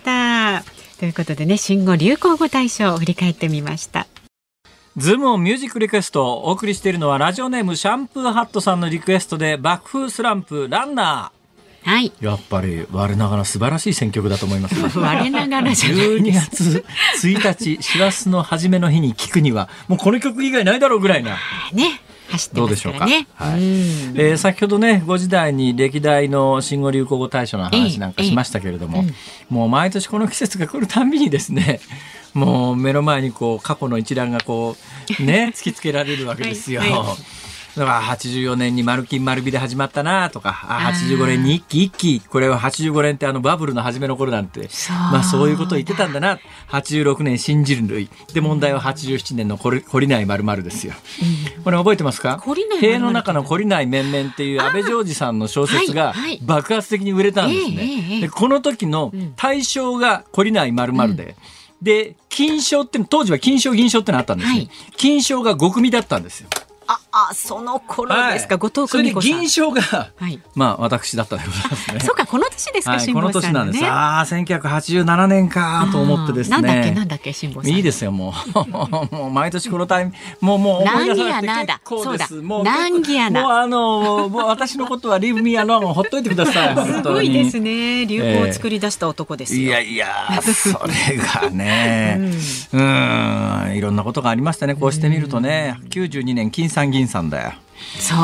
ということでね、新語・流行語大賞を振り返ってみました。 ズームオンミュージックリクエストをお送りしているのはラジオネームシャンプーハットさんのリクエストで爆風スランプランナー。 はい、 やっぱり我ながら素晴らしい選曲だと思います、ね、 我ながらじゃないです。じゅうにがつついたち師走の初めの日に聴くにはもうこの曲以外ないだろうぐらいなね、走ってますからね。 どうでしょうか。はい、えー、先ほどねご時台に歴代の新語・流行語大賞の話なんかしましたけれども、ええええ、もう毎年この季節が来るたんびにですね、もう目の前にこう過去の一覧がこうね突きつけられるわけですよ。はいはい、だからはちじゅうよねんに丸金丸美で始まったなとか、あはちじゅうごねんに一期一期、これははちじゅうごねんってあのバブルの初めの頃なんて、そう、まあ、そういうことを言ってたんだな。はちじゅうろくねん新人類で、問題ははちじゅうななねんの懲りない〇〇ですよ、うん、これ覚えてますか。塀の中の懲りない面々っていう安倍譲二さんの小説が爆発的に売れたんですね。でこの時の対象が懲りない〇〇で、うんで金賞って当時は金賞銀賞ってのあったんですね、はい、金賞がご組だったんですよ。 ああ、その頃ですか、はい、後藤久美子さん。 それで銀賞が、はい、まあ私だったでございますね。 そうか、この年ですか、辛坊さん、ね、 この年なんです。ああ、せんきゅうひゃくはちじゅうななねんかと思ってですね。 なんだっけなんだっけ辛坊さん。 いいですよ、もうもう毎年このタイミング、もうもう思い出さなくて結構です。もう難儀やな。 もうあのもう私のことはリーブミーアローンほっといてください。 すごいですね。流行を作り出した男ですよ。 えー、いやいや、それがね、うん、うんいろんなことがありましたね。こうしてみるとね、きゅうじゅうにねん金さん銀さんだよ。 そう。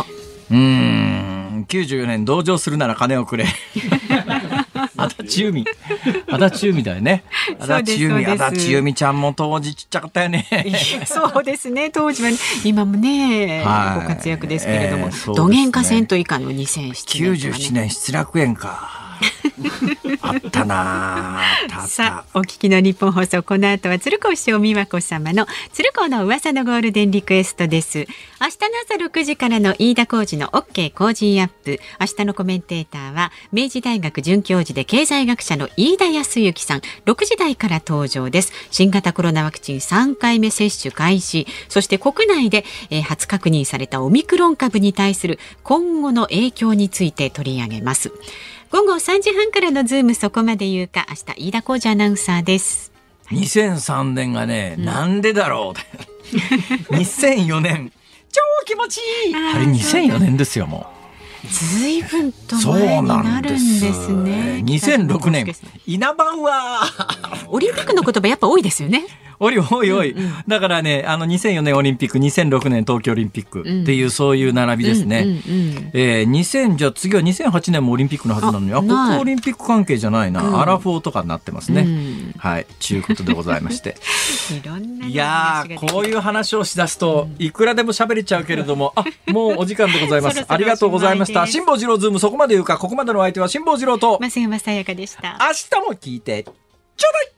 うーん。きゅうじゅうよねん同情するなら金をくれ。足立由美。足立由美だよね。足立由美、足立由美ちゃんも当時ちっちゃかったよね。 そうですね。当時は、ね、今もね、はい、ご活躍ですけれども、えーね、どげんかせんと以下のにせんななねん、ね。 きゅうじゅうななねん失楽園か。あったなあ。 さあ、お聞きの日本放送、この後は鶴光師匠美和子様の鶴光の噂のゴールデンリクエストです。明日の朝ろくじからの飯田浩司の OK 工事アップ。明日のコメンテーターは明治大学准教授で経済学者の飯田康之さん。ろくじ台から登場です。新型コロナワクチンさんかいめ接種開始、そして国内で、えー、初確認されたオミクロン株に対する今後の影響について取り上げます。 午後さんじはんからのズームそこまで言うか、明日飯田浩二アナウンサーです。 にせんさんねんがね、うん、なんでだろうにせんよねん超気持ちいい。あれにせんよねんですよ。もうずいぶんと前になるんですね。 にせんろくねん稲葉はオリンピックの言葉やっぱ多いですよね。 おいおいおい、うんうん、だからね、あのにせんよねんオリンピック、にせんろくねん東京オリンピックっていう、うん、そういう並びですね。うんうんうん、えー、にせんじゃあ次はにせんはちねんもオリンピックのはずなのに、あ、ここオリンピック関係じゃないな、うん、アラフォーとかになってますね。うん、はい、ということでございまして。いろんないやー、こういう話をしだすといくらでも喋れちゃうけれども、あ、もうお時間でございます。そろそろありがとうございました。辛坊治郎ズームそこまで言うか。ここまでのお相手は辛坊治郎と増山さやかでした。 明日も聞いてちょうだい。